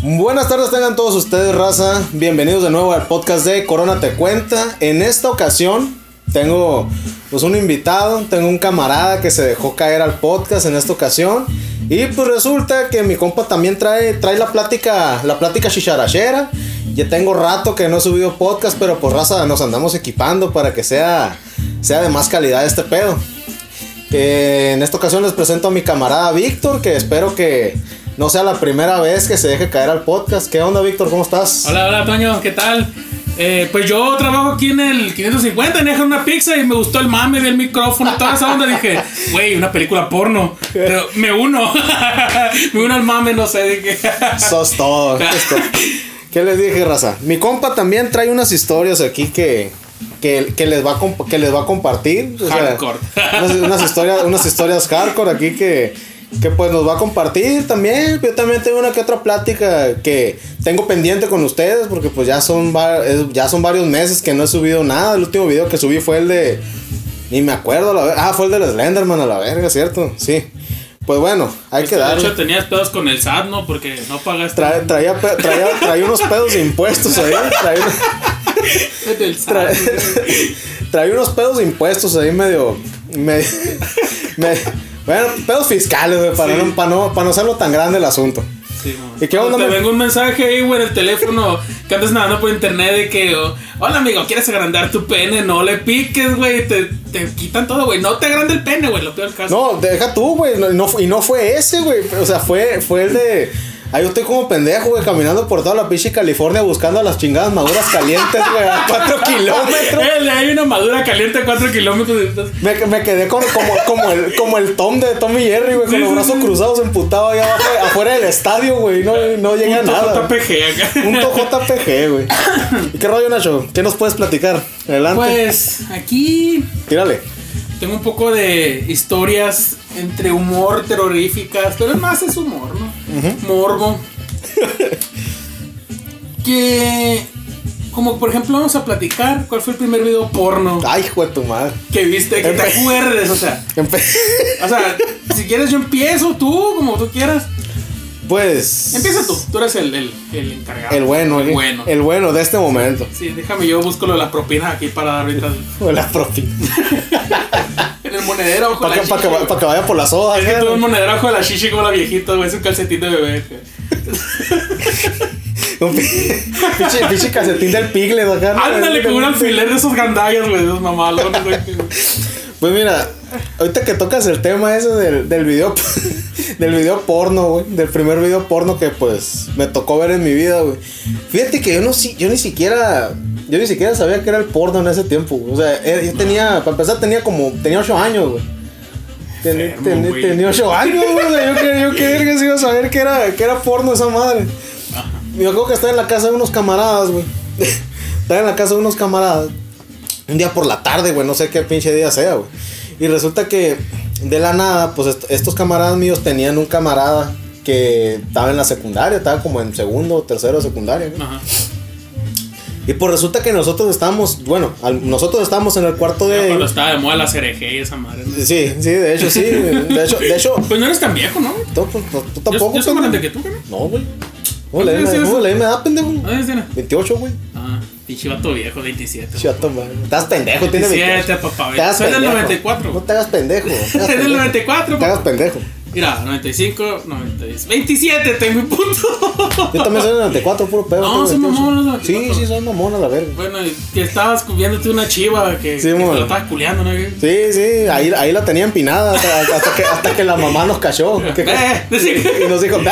Buenas tardes tengan todos ustedes, raza. Bienvenidos de nuevo al podcast de Corona Te Cuenta. En esta ocasión tengo pues un invitado, tengo un camarada que se dejó caer al podcast en esta ocasión. Y pues resulta que mi compa también trae la plática chicharachera. Ya tengo rato que no he subido podcast, pero pues raza, nos andamos equipando para que sea de más calidad este pedo. En esta ocasión les presento a mi camarada Víctor, que espero que no sea la primera vez que se deje caer al podcast. ¿Qué onda, Víctor? ¿Cómo estás? Hola, Toño, ¿qué tal? Pues yo trabajo aquí en el 550, en Dejar una Pizza, y me gustó el mame del micrófono, toda esa onda. Dije, güey, una película porno. Pero me uno al mame, no sé de qué. Sos todo. ¿Qué les dije, raza? Mi compa también trae unas historias aquí que les va a compartir. O hardcore. Sea, unas historias hardcore aquí que pues nos va a compartir también. Yo también tengo una que otra plática que tengo pendiente con ustedes, porque pues ya son varios meses que no he subido nada. El último video que subí fue el de... Ni me acuerdo, fue el del Slenderman, a la verga, ¿cierto? Sí. Pues bueno, hay que darle. De hecho tenías pedos con el SAT, ¿no? Porque no pagaste. Traía unos pedos de impuestos ahí. Traía unos pedos de impuestos ahí medio bueno, pedos fiscales, güey, para no hacerlo tan grande el asunto. Sí, ¿Y qué onda? Te vengo un mensaje ahí, güey, en el teléfono que andas nadando por internet de que, hola amigo, ¿quieres agrandar tu pene? No le piques, güey, te quitan todo, güey. No te agrande el pene, güey, lo peor del caso. No, deja tú, güey, no fue ese, güey. O sea, fue el de... Ahí yo estoy como pendejo, güey, caminando por toda la pinche California buscando a las chingadas maduras calientes, güey, a 4 kilómetros. Hay una madura caliente a 4 kilómetros. Me quedé como el Tom de Tom y Jerry, güey, con los brazos cruzados, emputado ahí abajo, afuera del estadio, güey, no llegué a nada. Un JPG, güey. ¿Y qué rollo, Nacho? ¿Qué nos puedes platicar? Adelante. Pues, aquí... Tírale. Tengo un poco de historias entre humor, terroríficas, pero más es humor, ¿no? Uh-huh. Morbo. Que, como por ejemplo, vamos a platicar cuál fue el primer video porno. Ay, hijo de tu madre. Que viste, que te acuerdes, o sea. O sea, si quieres yo empiezo, tú, como tú quieras. Pues... Empieza tú eres el encargado. El bueno de este momento. Sí, déjame, yo busco lo de las propinas aquí para dar ahorita. O las propinas. En el monedero ojo de la chichi. Para que vaya por las hojas. Es que tuve un monedero ojo de la chichi como la viejita, güey, es un calcetín de bebé. Un pinche calcetín del Piglet acá. Ándale, con un alfiler de esos gandallas, güey, de esos mamalones, güey. Pues mira, ahorita que tocas el tema ese del video porno, güey, del primer video porno que pues me tocó ver en mi vida, güey. Fíjate que yo ni siquiera sabía que era el porno en ese tiempo, güey. O sea, yo tenía, para empezar tenía 8 años, güey. Tenía 8 años, güey. Yo que iba a saber que era porno esa madre. Yo creo que estaba en la casa de unos camaradas, güey. Un día por la tarde, güey, no sé qué pinche día sea, güey. Y resulta que de la nada, pues estos camaradas míos tenían un camarada que estaba en la secundaria, estaba como en segundo o tercero de secundaria, güey. Ajá. Y pues resulta que nosotros estábamos en el cuarto de... Cuando estaba de moda la CRG y esa madre, ¿no? Sí, de hecho, sí. De hecho... Pues no eres tan viejo, ¿no? Tú tampoco. Yo soy más grande que tú, ¿no? No, güey. La me da pendejo. ¿Dónde tiene? 28, güey. Pinche vato viejo, 27. Chato, man. Estás pendejo, tiene 27, papá. Soy del 94. No te hagas pendejo. Es del 94, no te hagas pendejo. Mira, 95, 96. 27, tengo un punto. Yo también soy del 94, puro pedo. No, soy mamón. Sí, soy mamón a la verga. Bueno, que estabas viéndote una chiva que te la estabas culeando, ¿no? Sí, ahí la tenía empinada hasta que la mamá nos cachó. Y nos dijo,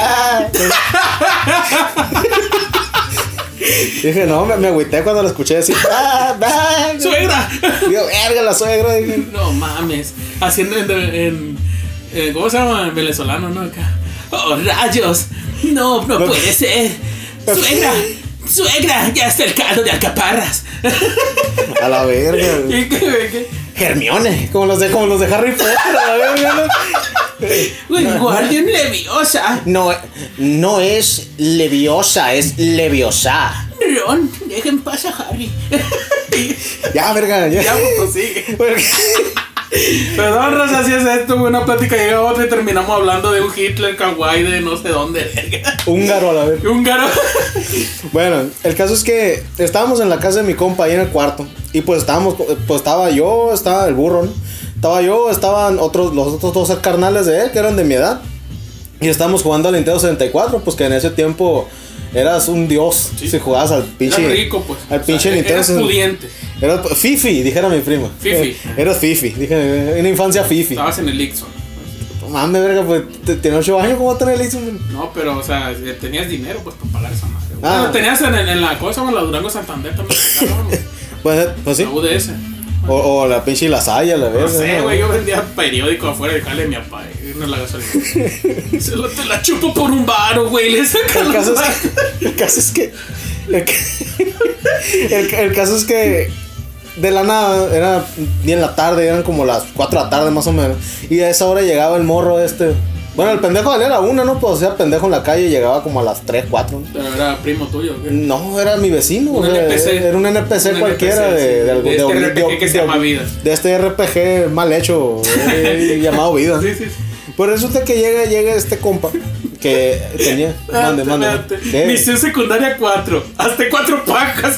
dije, no, me agüité cuando la escuché decir, ¡Suegra! Digo, verga, la suegra. Dije. No mames. Haciendo ¿cómo se llama? En venezolano, ¿no? Acá. ¡Oh, rayos! No puede ser. ¡Suegra! Ya está el caldo de alcaparras. A la verga. ¿Qué? Hermione, como los de Harry Potter. A la verga. Wingardium Leviosa. No es Leviosa, es Leviosa. Ron, dejen pasar a Harry. Ya, verga, ya. Ya, pues prosigue. Perdón, Rosa, así es esto, güey. Una plática llega a otra y terminamos hablando de un Hitler kawaii de no sé dónde, verga. Húngaro a la vez. Húngaro. Bueno, el caso es que estábamos en la casa de mi compa ahí en el cuarto. Y pues estaba yo, estaba el burro, ¿no? Estaba yo, estaban los otros dos carnales de él, que eran de mi edad. Y estábamos jugando al Nintendo 64, pues que en ese tiempo eras un dios, sí, si jugabas al pinche. Era rico, pues. Al pinche Nintendo. Eras pudiente. Era Fifi, dijera mi prima. Fifi. Eras Fifi, dije, una infancia Fifi. Estabas en el Ixon. Mames, verga, pues tenía 8 años, ¿cómo tener el Ixon? No, pero, o sea, tenías dinero, pues, para pagar esa madre. Ah. Bueno, tenías en la cosa, en la Durango Santander también. Pues sí. La UDS. O la pinche La Saya, la verdad. No sé, güey, yo vendía periódico afuera de jale de mi papá, no la gasolina. Te la chupo por un varo, güey, le saca el caso es que el caso es que de la nada, era bien en la tarde, eran como las 4 de la tarde más o menos. Y a esa hora llegaba el morro Bueno, el pendejo salía a la 1, ¿no? Pues o sea, pendejo en la calle, llegaba como a las 3, 4. ¿No? ¿Pero era primo tuyo o qué? No, era mi vecino. Un NPC. Era un NPC cualquiera de este RPG que se llama Vida. De este RPG mal hecho, llamado Vida. Sí. Pues resulta que llega este compa que tenía. Mande. Misión secundaria 4. Hasta 4 pacas.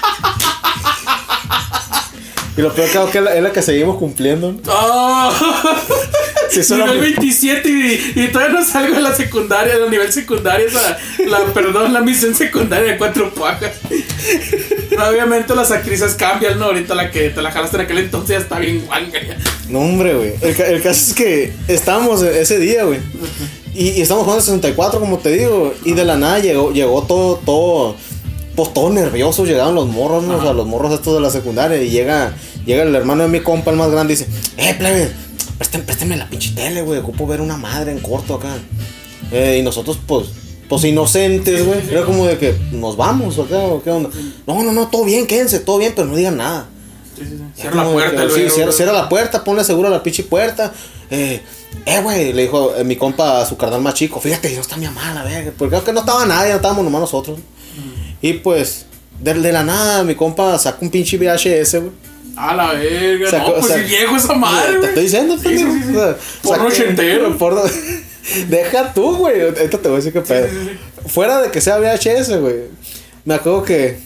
Y lo peor que es la que seguimos cumpliendo, ¿no? Oh, sí, nivel 27 y todavía no salgo de la secundaria, del nivel secundario, la misión secundaria de 4 pajas. Obviamente las actrices cambian, ¿no? Ahorita la que te la jalaste en aquel entonces ya está bien guanga ya. No, hombre, güey. El caso es que estábamos ese día, güey. Y estamos jugando 64, como te digo. Y de la nada llegó todo. Pues todos nerviosos, llegaron los morros, ¿no? O sea, los morros estos de la secundaria. Y llega el hermano de mi compa, el más grande, y dice: plebe, préstame la pinche tele, güey. Ocupo ver una madre en corto acá. Y nosotros, pues inocentes, güey. Era como de que nos vamos acá, o qué onda. No, todo bien, quédense, todo bien, pero no digan nada. Sí. Cierra la puerta, sí, cierra la puerta, ponle seguro a la pinche puerta. Güey, le dijo mi compa a su carnal más chico: fíjate, no está mi mamá, la verga. Porque creo que no estaba nadie, no estábamos nomás nosotros. Y pues, de la nada, mi compa sacó un pinche VHS, güey. A la verga, es viejo esa madre, güey. Te estoy diciendo, sí. O sea, porno ochentero. Deja tú, güey. Ahorita te voy a decir qué pedo. Sí. Fuera de que sea VHS, güey. Me acuerdo que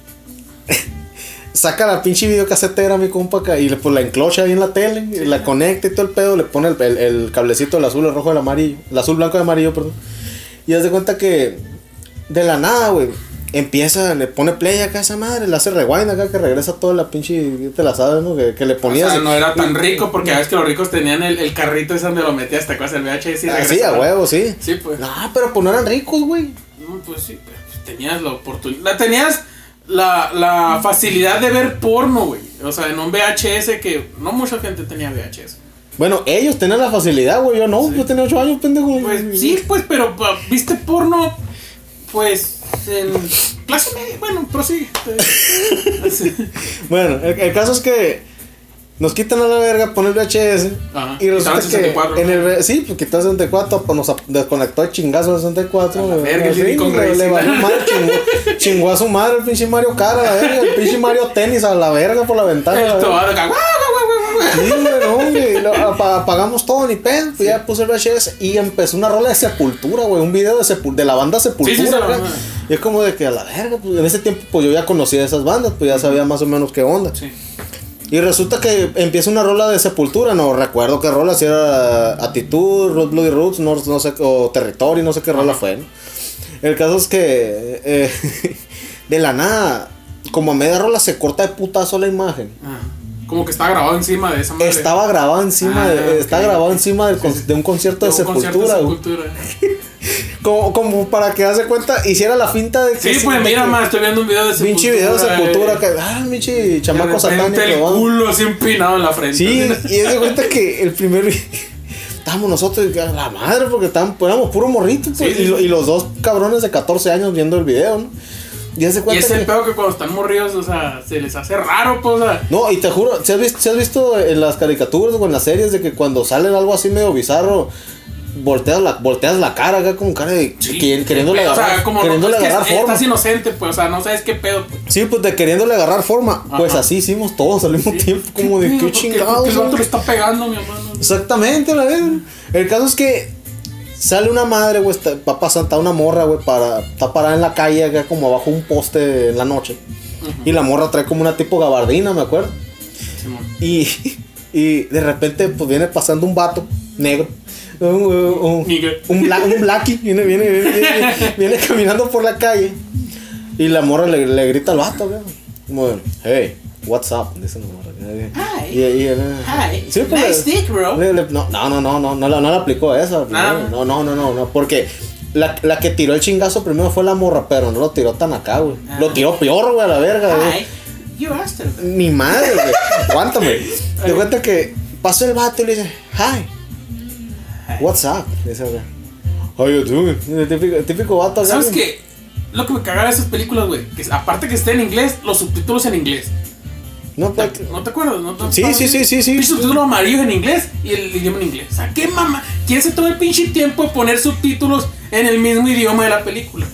saca la pinche videocasetera a mi compa acá y pues la enclocha ahí en la tele, y la conecta y todo el pedo, le pone el cablecito del azul, el rojo, el amarillo, el azul, blanco y amarillo, perdón. Y haz de cuenta que de la nada, güey, le pone play acá a esa madre, le hace rewind acá, que regresa toda la pinche, te la sabes, ¿no? Que le ponías. O sea, no era tan rico, porque a veces que los ricos tenían el carrito ese donde lo metías hasta cosas el VHS y regresaba. Sí, a huevo, sí. Sí, pues. No, pero pues no eran ricos, güey. No, pues sí, pues tenías la oportunidad, tenías la facilidad de ver porno, güey. O sea, en un VHS que no mucha gente tenía VHS. Bueno, ellos tenían la facilidad, güey, yo no, sí. Yo tenía 8 años, pendejo. Pues sí, pues, pero viste porno, pues, en clase media, bueno, prosigue. Bueno, el caso es que nos quitan a la verga, ponen el VHS. Ajá. Y resulta que 64, sí, pues quitó el 64, pues nos desconectó el chingazo del 64. A la verga, le valió mal, chingó a su madre el pinche Mario Kart, a la verga, el pinche Mario Tenis a la verga por la ventana. Sí, güey, apagamos todo, ni pedo. Pues ya puse el VHS y empezó una rola de Sepultura, güey. Un video de la banda Sepultura. Sí, y es como de que a la verga, pues en ese tiempo pues yo ya conocía esas bandas, pues ya sabía más o menos qué onda. Sí. Y resulta que empieza una rola de Sepultura, no recuerdo qué rola, si era Attitude, Road Bloody Roots, no sé, o Territory, no sé qué rola fue, ¿no? El caso es que de la nada, como a media rola se corta de putazo la imagen. Como que estaba grabado encima de esa madre. Estaba grabado encima grabado encima de un concierto de Sepultura. Como para que hace cuenta, hiciera la finta de que sí, pues mira, más estoy viendo un video de Sepultura. Pinche video de Sepultura que pinche chamaco satánico. El culo así empinado en la frente. Sí, y es de cuenta que el primer estábamos nosotros, la madre, porque éramos puro morrito, pues, sí. Y los dos cabrones de 14 años viendo el video, ¿no? Y es el pedo que cuando están morridos, o sea, se les hace raro, pues, o sea. No, y te juro, ¿se has visto en las caricaturas o en las series de que cuando salen algo así medio bizarro, volteas la cara acá como cara de queriéndole o sea, como queriéndole agarrar forma. Estás inocente, pues, o sea, no sabes qué pedo. Pues. Sí, pues de queriéndole agarrar forma. Ajá. Pues así hicimos todos al mismo tiempo, como de qué chingados. Porque el vato le está pegando, mi hermano. Exactamente, la verdad. El caso es que sale una madre, güey, va pasando una morra, güey, está parada en la calle acá como abajo un poste en la noche. Y la morra trae como una tipo gabardina, me acuerdo. Sí, y de repente pues viene pasando un vato negro. Un blackie viene caminando por la calle. Y la morra le grita al vato, güey. Como, hey, what's up? Dice la morra. Hi. Sí, pues, nice dick, bro. No le aplicó eso. No. Porque la que tiró el chingazo primero fue la morra, pero no lo tiró tan acá, güey. Lo tiró peor, güey, a la verga, güey. You asked her. Ni madre, güey. Aguántame. Te cuenta que pasó el vato y le dice, hi. What's up? Dice, güey. How you doing? El típico vato. ¿Sabes qué? Lo que me cagaba de esas películas, güey, que aparte que esté en inglés, los subtítulos en inglés. No, pues, ¿No te acuerdas? Sí. El subtítulo amarillo en inglés y el idioma en inglés. O sea, ¿qué mamá? ¿Quién se toma el pinche tiempo de poner subtítulos en el mismo idioma de la película?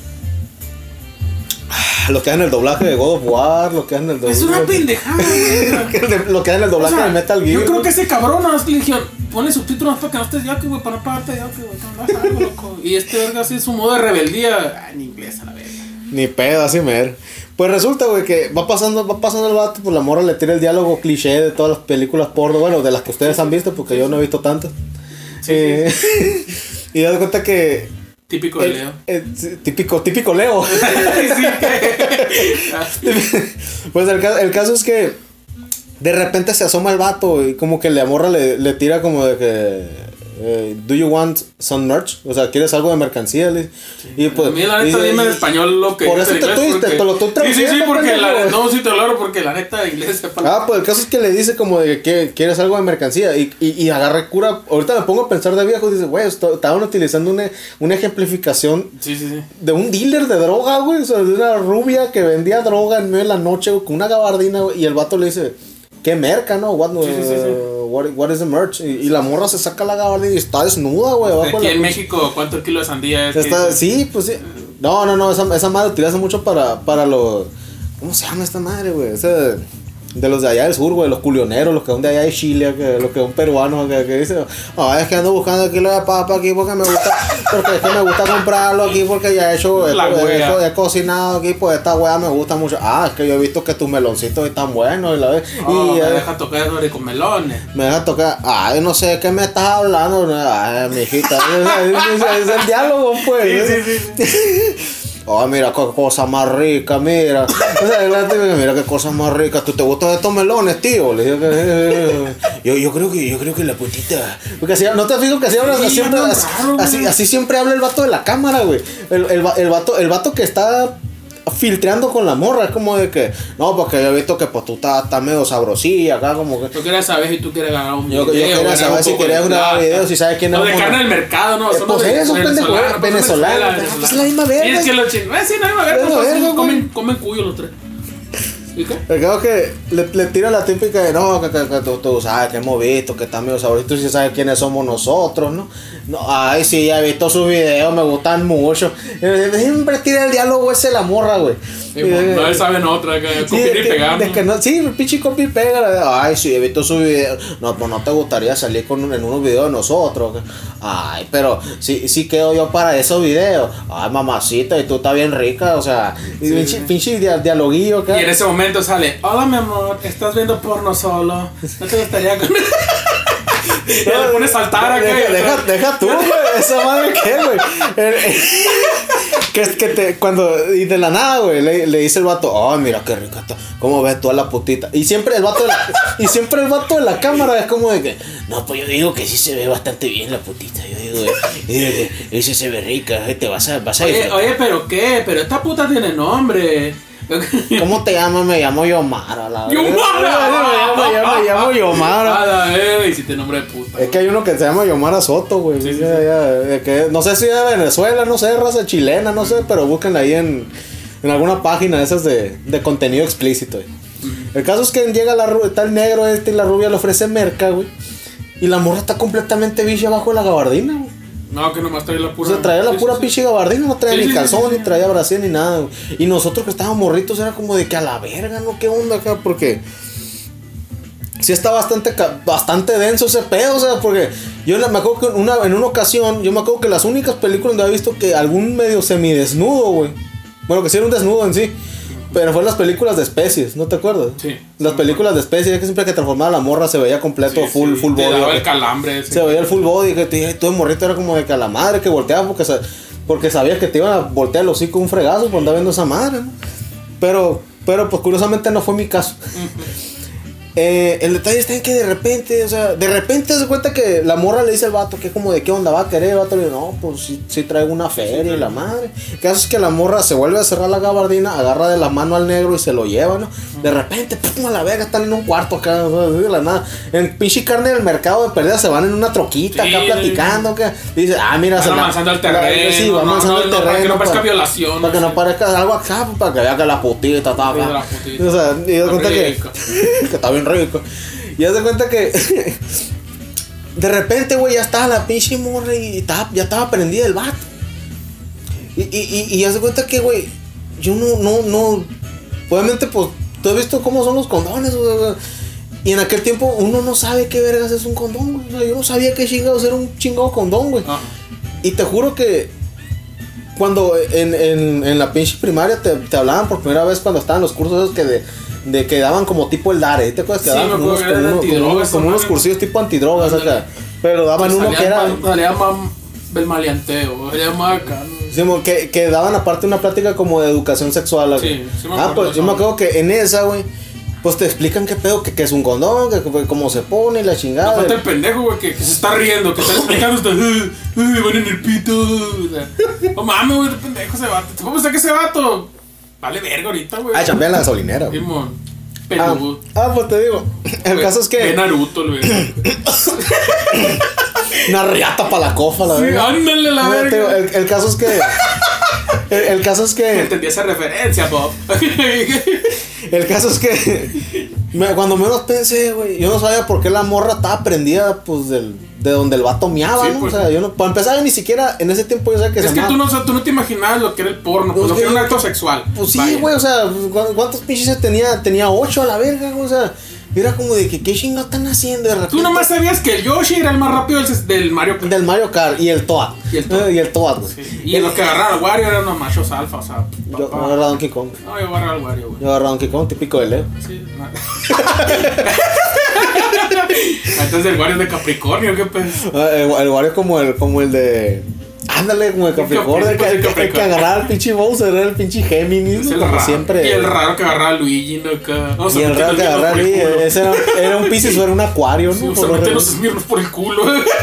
Lo que hace en el doblaje de God of War, lo que hace en el doblaje. Es una pendejada, güey. Lo que hace en el doblaje de Metal Gear. Yo creo que ese cabrón no le dijeron, ponle subtítulos para que no estés ya, güey, para no pagarte ya, güey, loco. Y este verga así es su modo de rebeldía en inglés a la verga. Ni pedo, así mer. Pues resulta, güey, que va pasando el vato, pues la morra le tira el diálogo cliché de todas las películas porno, bueno, de las que ustedes han visto, porque yo no he visto tantas. Sí. Y das cuenta que típico de Leo. Típico Leo. Pues el caso es que de repente se asoma el vato y como que la morra le tira como de que do you want some merch? O sea, ¿quieres algo de mercancía? Sí. Y pues, a mí la neta dime en español lo que por eso te lo estoy traduciendo. Sí, porque sí te lo porque la neta de inglés se para. Pues el caso es que le dice como de que quieres algo de mercancía y agarra cura. Ahorita me pongo a pensar de viejo y dice, güey, estaban utilizando una ejemplificación de un dealer de droga, güey, o sea, de una rubia que vendía droga en medio de la noche, güey, con una gabardina, güey, y el vato le dice, ¿qué merca, no? What is the merch? Y la morra se saca la gabardina y está desnuda, güey. Aquí en México, ¿cuántos kilos de sandía es? Sí, pues sí. No, esa madre utiliza mucho para los... ¿Cómo se llama esta madre, güey? De los de allá del sur, güey, los culioneros, los que son de allá de Chile, los que son peruanos, que dicen, es que ando buscando kilo de papa aquí porque es que me gusta comprarlo aquí porque ya he cocinado aquí, pues esta weá me gusta mucho. Es que yo he visto que tus meloncitos están buenos me deja tocar sobre con melones. Me deja tocar, no sé de qué me estás hablando, mijita, es el diálogo, pues. Sí. Mira qué cosa más rica, mira. Mira qué cosa más rica. ¿Tú te gustan estos melones, tío? Le digo que yo creo que la putita. Porque así, no te fijo que así habla siempre. Así siempre habla el vato de la cámara, güey. El vato que está filtreando con la morra, es como de que no, porque yo he visto que pues tú estás medio sabrosilla acá, como que tú quieres saber si tú quieres ganar un video. Yo quería saber si querías grabar videos, si sabes quién es. Lo de carne del mercado, no, son pues eres un pendejo venezolano. Es la misma verga. Y es que los chinos, sí, la misma verga, comen cuyo los tres. ¿Y qué? El caso que le tira la típica de no, que tú sabes que hemos visto, que está medio sabrosito, y si sabes quiénes somos nosotros, ¿no? Sí, ya he visto sus videos, me gustan mucho. Siempre tira el diálogo ese la morra, güey. No saben otra, que copiar y pegar. Sí, el pinche copia y pega. Sí, he visto sus videos. No, pues no te gustaría salir en unos videos de nosotros. Pero sí quedo yo para esos videos. Mamacita, y tú estás bien rica, o sea, pinche dialoguillo acá. Y en ese momento sale, hola mi amor, ¿estás viendo porno solo? ¿No te gustaría con... Y le pones a saltar acá. Deja tú, güey. Esa madre qué, güey. Cuando. Y de la nada, güey. Le dice el vato. Mira qué rica está. ¿Cómo ves tú a la putita? Y siempre el vato de la cámara es como de que. No, pues yo digo que sí se ve bastante bien la putita. Yo digo, ese se ve rica. Te vas a Oye, ¿pero qué? Pero esta puta tiene nombre. ¿Cómo te llamas? Me llamo Yomara. Me llamo Yomara. Hiciste nombre de puta. Es que hay uno que se llama Yomara Soto, güey. Sí. Que no sé si es de Venezuela, no sé, raza chilena, no sé, pero búsquenla ahí en alguna página de esas de contenido explícito. El caso es que llega está el negro y la rubia le ofrece merca, güey. Y la morra está completamente bicha abajo de la gabardina, güey. No, que nomás traía la pura. O sea, traía la pura pinche gabardina, no traía ni calzón, ni traía brasier, ni nada, güey. Y nosotros que estábamos morritos era como de que a la verga, ¿no? ¿Qué onda acá? Porque sí está bastante denso ese pedo, o sea, porque yo me acuerdo que en una ocasión, yo me acuerdo que las únicas películas donde había visto que algún medio semidesnudo, güey. Bueno, que sí era un desnudo en sí. Pero fue en las películas de especies, ¿no te acuerdas? Sí. Las películas de especies, que siempre que transformaba la morra se veía completo, full body. Te daba el calambre. Se veía el full body, que todo el morrito era como de que a la madre que volteaba porque sabías que te iban a voltear el hocico un fregazo por andar viendo esa madre, ¿no? Pero pues curiosamente no fue mi caso. El detalle está en que de repente se cuenta que la morra le dice al vato que como de qué onda va a querer. El vato le dice, no, pues sí traigo una feria y la madre. El caso es que la morra se vuelve a cerrar la gabardina, agarra de la mano al negro y se lo lleva, ¿no? De repente, pum, a la verga, están en un cuarto acá, de la nada. En pinche carne del mercado de perdida se van en una troquita acá platicando, que dice, mira, van avanzando al terreno. Sí, van avanzando al terreno. Para que no parezca violación. Para que no parezca algo acá, para que vea que la putita está acá. O sea, y de cuenta que está bien rico. Y haz de cuenta que de repente, güey, ya estaba la pinche morra y ya estaba prendida el vato. Y haz de cuenta que, güey, yo no. Obviamente, pues, tú has visto cómo son los condones, güey. Y en aquel tiempo uno no sabe qué vergas es un condón, güey. O sea, yo no sabía qué chingados era un chingado condón, güey. Y te juro que cuando en la pinche primaria te hablaban por primera vez cuando estaban los cursos esos de que daban como tipo el DARE, ¿te acuerdas? Que daban como unos cursillos tipo antidrogas acá. Pero daban uno que era. Salía más del maleanteo, salía más acá. Sí, que daban aparte una plática como de educación sexual. Sí, pues yo me acuerdo que en esa, güey, pues te explican qué pedo, que es un condón, que cómo se pone, la chingada. No falta el pendejo, güey, que se está riendo, que está explicando, van en el pito. O sea, no mames, güey, el pendejo ese vato. ¿Cómo está que ese vato? Vale verga ahorita, güey. Chambea en la gasolinera, güey. Peludo. Pues te digo, el caso es que. De Naruto, el güey. Una riata para la cofa, la verga. Sí, ándale la verga. El caso es que. El caso es que. Entendí esa referencia, Bob. El caso es que. Cuando menos pensé, güey. Yo no sabía por qué la morra estaba prendida, pues, de donde el vato meaba, sí, ¿no? Pues, o sea, yo no. Para empezar, ni siquiera en ese tiempo yo sabía que es que tú no te imaginabas lo que era el porno, pues, lo que era un acto sexual. Pues sí, güey, o sea, ¿cuántos pinches tenía? Tenía 8 a la verga, güey, o sea. Era como de que, ¿qué chingados están haciendo de repente? Tú nomás sabías que el Yoshi era el más rápido del Mario Kart. Del Mario Kart y el Toad. Y el Toad, güey. Sí. Y los que agarraron al Wario eran los machos alfa, o sea. Yo agarraba a Donkey Kong. No, yo agarraba al Wario, güey. Yo agarraba a Donkey Kong, típico de Leo. Sí, entonces el Wario es de Capricornio, ¿qué pues? El Wario como el de. Ándale, como el Capricornio, el que agarraba al pinche Bowser, era el pinche Géminis, como siempre. Y el raro que agarraba a Luigi, ¿no? Y el raro que agarraba a Luigi, ese era un Piscis o era un acuario, ¿no? Sí, mete los Smirnoff por el culo.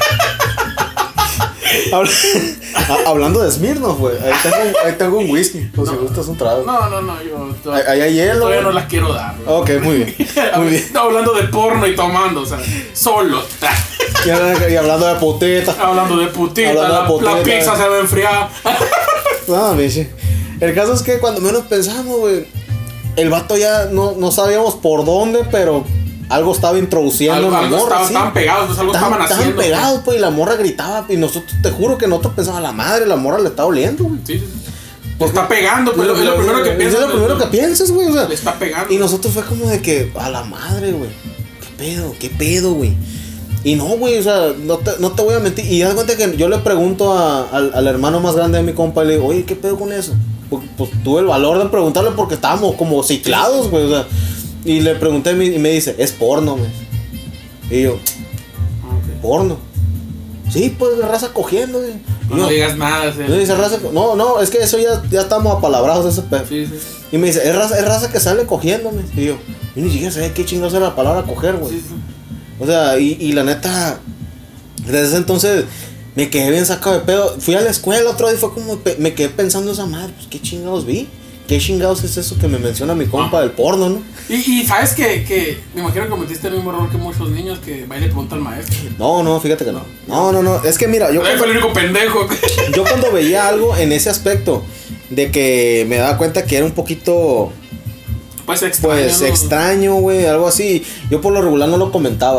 Hablando de Smirnoff, güey, ahí tengo un whisky, por si gustas un trago. No, yo... Ahí hay hielo. Todavía no las quiero dar. Ok, muy bien. Hablando de porno y tomando, o sea, solo. Y hablando de putita. La pizza se va a enfriar. No, biche. El caso es que cuando menos pensamos, güey, el vato ya no sabíamos por dónde, pero algo estaba introduciendo en la morra. Estaban pegados, entonces algo estaban haciendo. Estaban pegados, pues, y la morra gritaba. Y nosotros, te juro que nosotros pensábamos, la madre, la morra le está oliendo, güey. Sí. Pues está pegando, pues es lo primero que piensas. Es lo primero que piensas, güey, o sea. Le está pegando. Y nosotros fue como de que, a la madre, güey. ¿Qué pedo, güey? Y no, güey, o sea, no te voy a mentir. Y haz cuenta que yo le pregunto al hermano más grande de mi compa y le digo, oye, ¿qué pedo con eso? Pues tuve el valor de preguntarle porque estábamos como ciclados, güey, o sea. Y le pregunté y me dice, es porno, güey. Y yo, ¿porno? Sí, pues, raza cogiendo, güey. No digas nada, sí. No dice raza, no, es que eso ya estamos apalabrados de ese pedo. Sí. Y me dice, es raza que sale cogiéndome. Y yo ni siquiera sabía qué chingados era la palabra coger, güey. Sí. O sea, y la neta, desde ese entonces me quedé bien sacado de pedo. Fui a la escuela otro día y fue como, me quedé pensando esa madre, pues qué chingados vi. ¿Qué chingados es eso que me menciona mi compa del porno, no? Y sabes que me imagino que cometiste el mismo error que muchos niños que va y le pregunta al maestro. No, fíjate que no. No, es que mira, yo fue el único pendejo. Yo cuando veía algo en ese aspecto de que me daba cuenta que era un poquito extraño, extraño, güey, algo así. Yo por lo regular no lo comentaba, güey.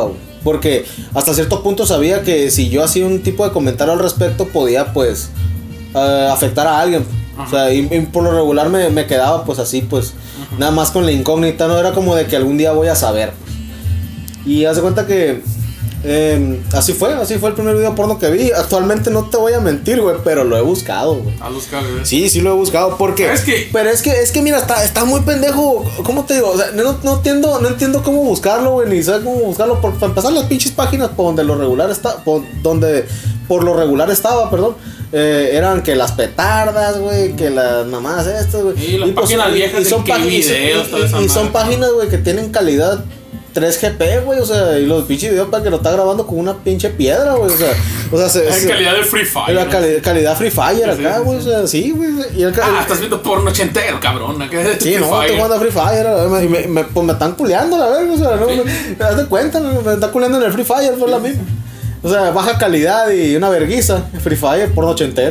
Porque hasta cierto punto sabía que si yo hacía un tipo de comentario al respecto podía pues afectar a alguien. O sea, y por lo regular me quedaba pues así pues nada más con la incógnita, no era como de que algún día voy a saber. Y haz de cuenta que así fue el primer video porno que vi. Actualmente no te voy a mentir, güey, pero lo he buscado, güey. ¿Has buscado, güey? Sí, lo he buscado porque pero es que mira, está muy pendejo, ¿cómo te digo? O sea, no entiendo cómo buscarlo, güey, ni sé cómo buscarlo para empezar las pinches páginas por donde lo regular está, por lo regular estaba, perdón. Eran que las petardas, güey, que las mamadas estas, güey. Y las páginas viejas de videos, y son páginas, güey, que tienen calidad 3GP, güey, o sea, y los pinches videos para que lo está grabando con una pinche piedra, güey, o sea, en calidad de Free Fire. La calidad Free Fire acá, güey, o sea, sí, güey. Estás viendo porno ochentero, cabrón. Sí, no, estoy jugando a Free Fire, pues me están culeando, la verdad, o sea, no, me das de cuenta, me están culeando en el Free Fire, fue la misma. O sea, baja calidad y una verguiza, Free Fire, porno ochentero.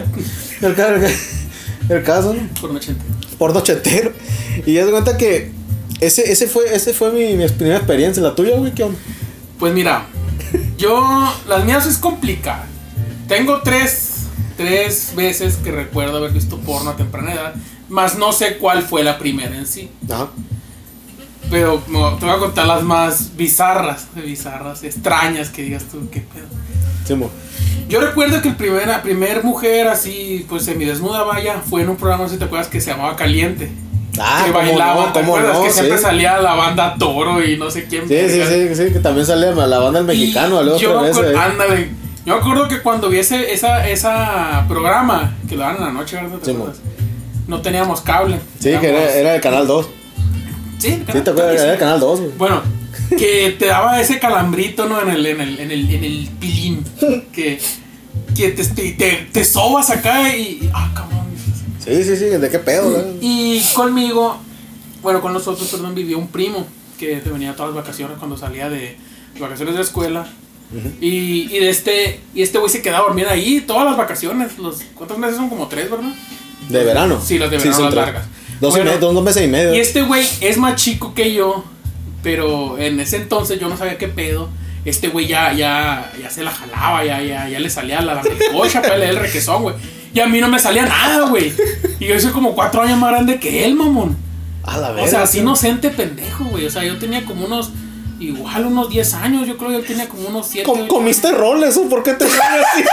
El caso, ¿no? Porno ochentero. Y haz de cuenta que ese fue mi primera experiencia. ¿La tuya, güey? ¿Qué onda? Pues mira, las mías es complicada. Tengo tres veces que recuerdo haber visto porno a temprana edad, más no sé cuál fue la primera en sí. Ajá. Pero te voy a contar las más bizarras, extrañas, que digas tú, qué pedo. Sí, yo recuerdo que la primer mujer así, pues semidesnuda, vaya, fue en un programa, no sé si te acuerdas, que se llamaba Caliente. Que bailaban, ¿te acuerdas? Que siempre salía la banda Toro y no sé quién. Sí, que también salía la banda El Mexicano. Ándale. Yo me acuerdo que cuando vi esa programa, que lo daban en la noche, ¿verdad? ¿Te acuerdas? No teníamos cable. Sí, que era el Canal 2. Sí, te acuerdas, era el Canal 2, güey. Bueno, que te daba ese calambrito, ¿no? En el pilín. que te sobas acá y cabrón. Sí, ¿de qué pedo, güey? Y con nosotros, vivió un primo que venía todas las vacaciones cuando salía de vacaciones de escuela. Uh-huh. Y este güey se quedaba a dormir ahí todas las vacaciones. ¿Cuántos meses son? Como 3, ¿verdad? ¿De verano? Sí, las de verano, las largas. 2 meses y medio. Y este güey es más chico que yo, pero en ese entonces yo no sabía qué pedo. Este güey ya se la jalaba, ya le salía la melcocha para leer el requesón, güey. Y a mí no me salía nada, güey. Y yo soy como 4 años más grande que él, mamón. A la verga. O sea, así inocente pendejo, güey. O sea, yo tenía como unos 10 años. Yo creo que él tenía como unos 7. ¿Comiste roles o por qué te sale así?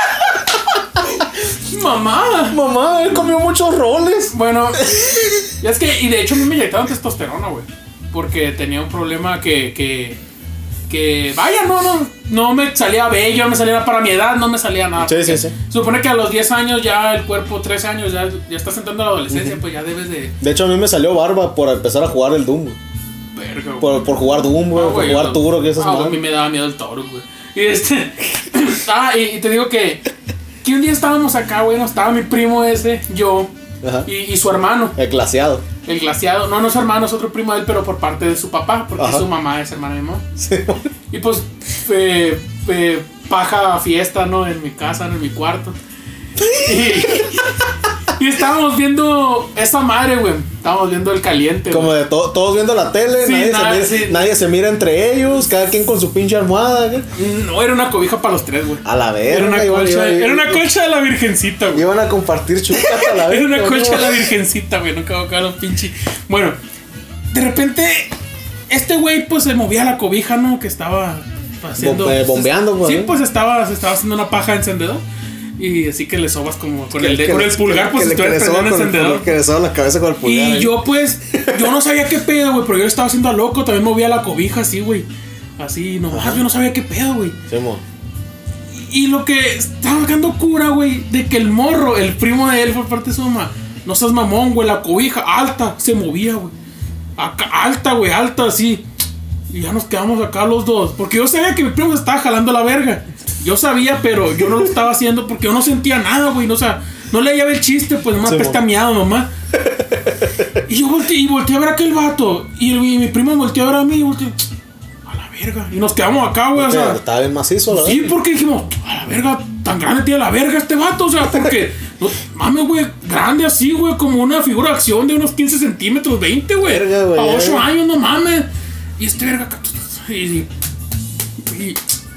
Mamá, él comió muchos roles. Bueno, es que, y de hecho a mí me inyectaron testosterona, güey. Porque tenía un problema que vaya, no me salía bello, no me salía para mi edad, no me salía nada. Sí. Supone que a los 10 años ya el cuerpo, 13 años, ya estás entrando a la adolescencia, pues ya debes de... De hecho, a mí me salió barba por empezar a jugar el Doom, güey. Verga, güey. Por jugar Doom, güey, por jugar Turo, que esas a mí me daba miedo el Toro, güey. Y te digo que un día estábamos acá, güey, estaba mi primo ese, yo, y su hermano. El glaciado. No es su hermano, es otro primo de él, pero por parte de su papá, porque su mamá es hermana de mi mamá. Sí. Y pues, paja fiesta, ¿no? En mi casa, en mi cuarto. Y estábamos viendo esa madre, güey. Estábamos viendo el Caliente, como de todos viendo la tele, sí, nadie se mira entre ellos, cada quien con su pinche almohada, güey. No, era una cobija para los 3, güey. A la verga. Era una colcha de la virgencita, güey. Iban a compartir chupas a la verga. Era una colcha de la virgencita, güey. No cago acá los pinches. Bueno, de repente, este güey, pues se movía la cobija, ¿no? Que estaba haciendo. Bombeando, güey. Sí, pues se estaba haciendo una paja de encendedor. Y así que le sobas como con el pulgar, pues si tú eres un encendedor. Que le sobas la cabeza con el pulgar. Y yo, pues, yo no sabía qué pedo, güey, pero yo estaba haciendo a loco, también movía la cobija así, güey. Así, nomás, yo no sabía qué pedo, güey. Sí, mo. Y lo que estaba sacando cura, güey, de que el morro, el primo de él, por parte de su mamá, no seas mamón, güey, la cobija alta, se movía, güey. Alta, güey, alta, así. Y ya nos quedamos acá los dos. Porque yo sabía que mi primo se estaba jalando la verga. Yo sabía, pero yo no lo estaba haciendo porque yo no sentía nada, güey. O sea, no le hallaba el chiste, pues nomás pestameado, mamá. Y yo volteé a ver a aquel vato. Y mi primo volteó a ver a mí y volteé. A la verga. Y nos quedamos acá, güey. O sea, estaba bien macizo, la verdad. Sí, porque dijimos, a la verga, tan grande tiene la verga este vato. O sea, porque, mames, güey, grande así, güey, como una figura de acción de unos 15 centímetros, 20, güey. A 8 años, no mames. Y este verga,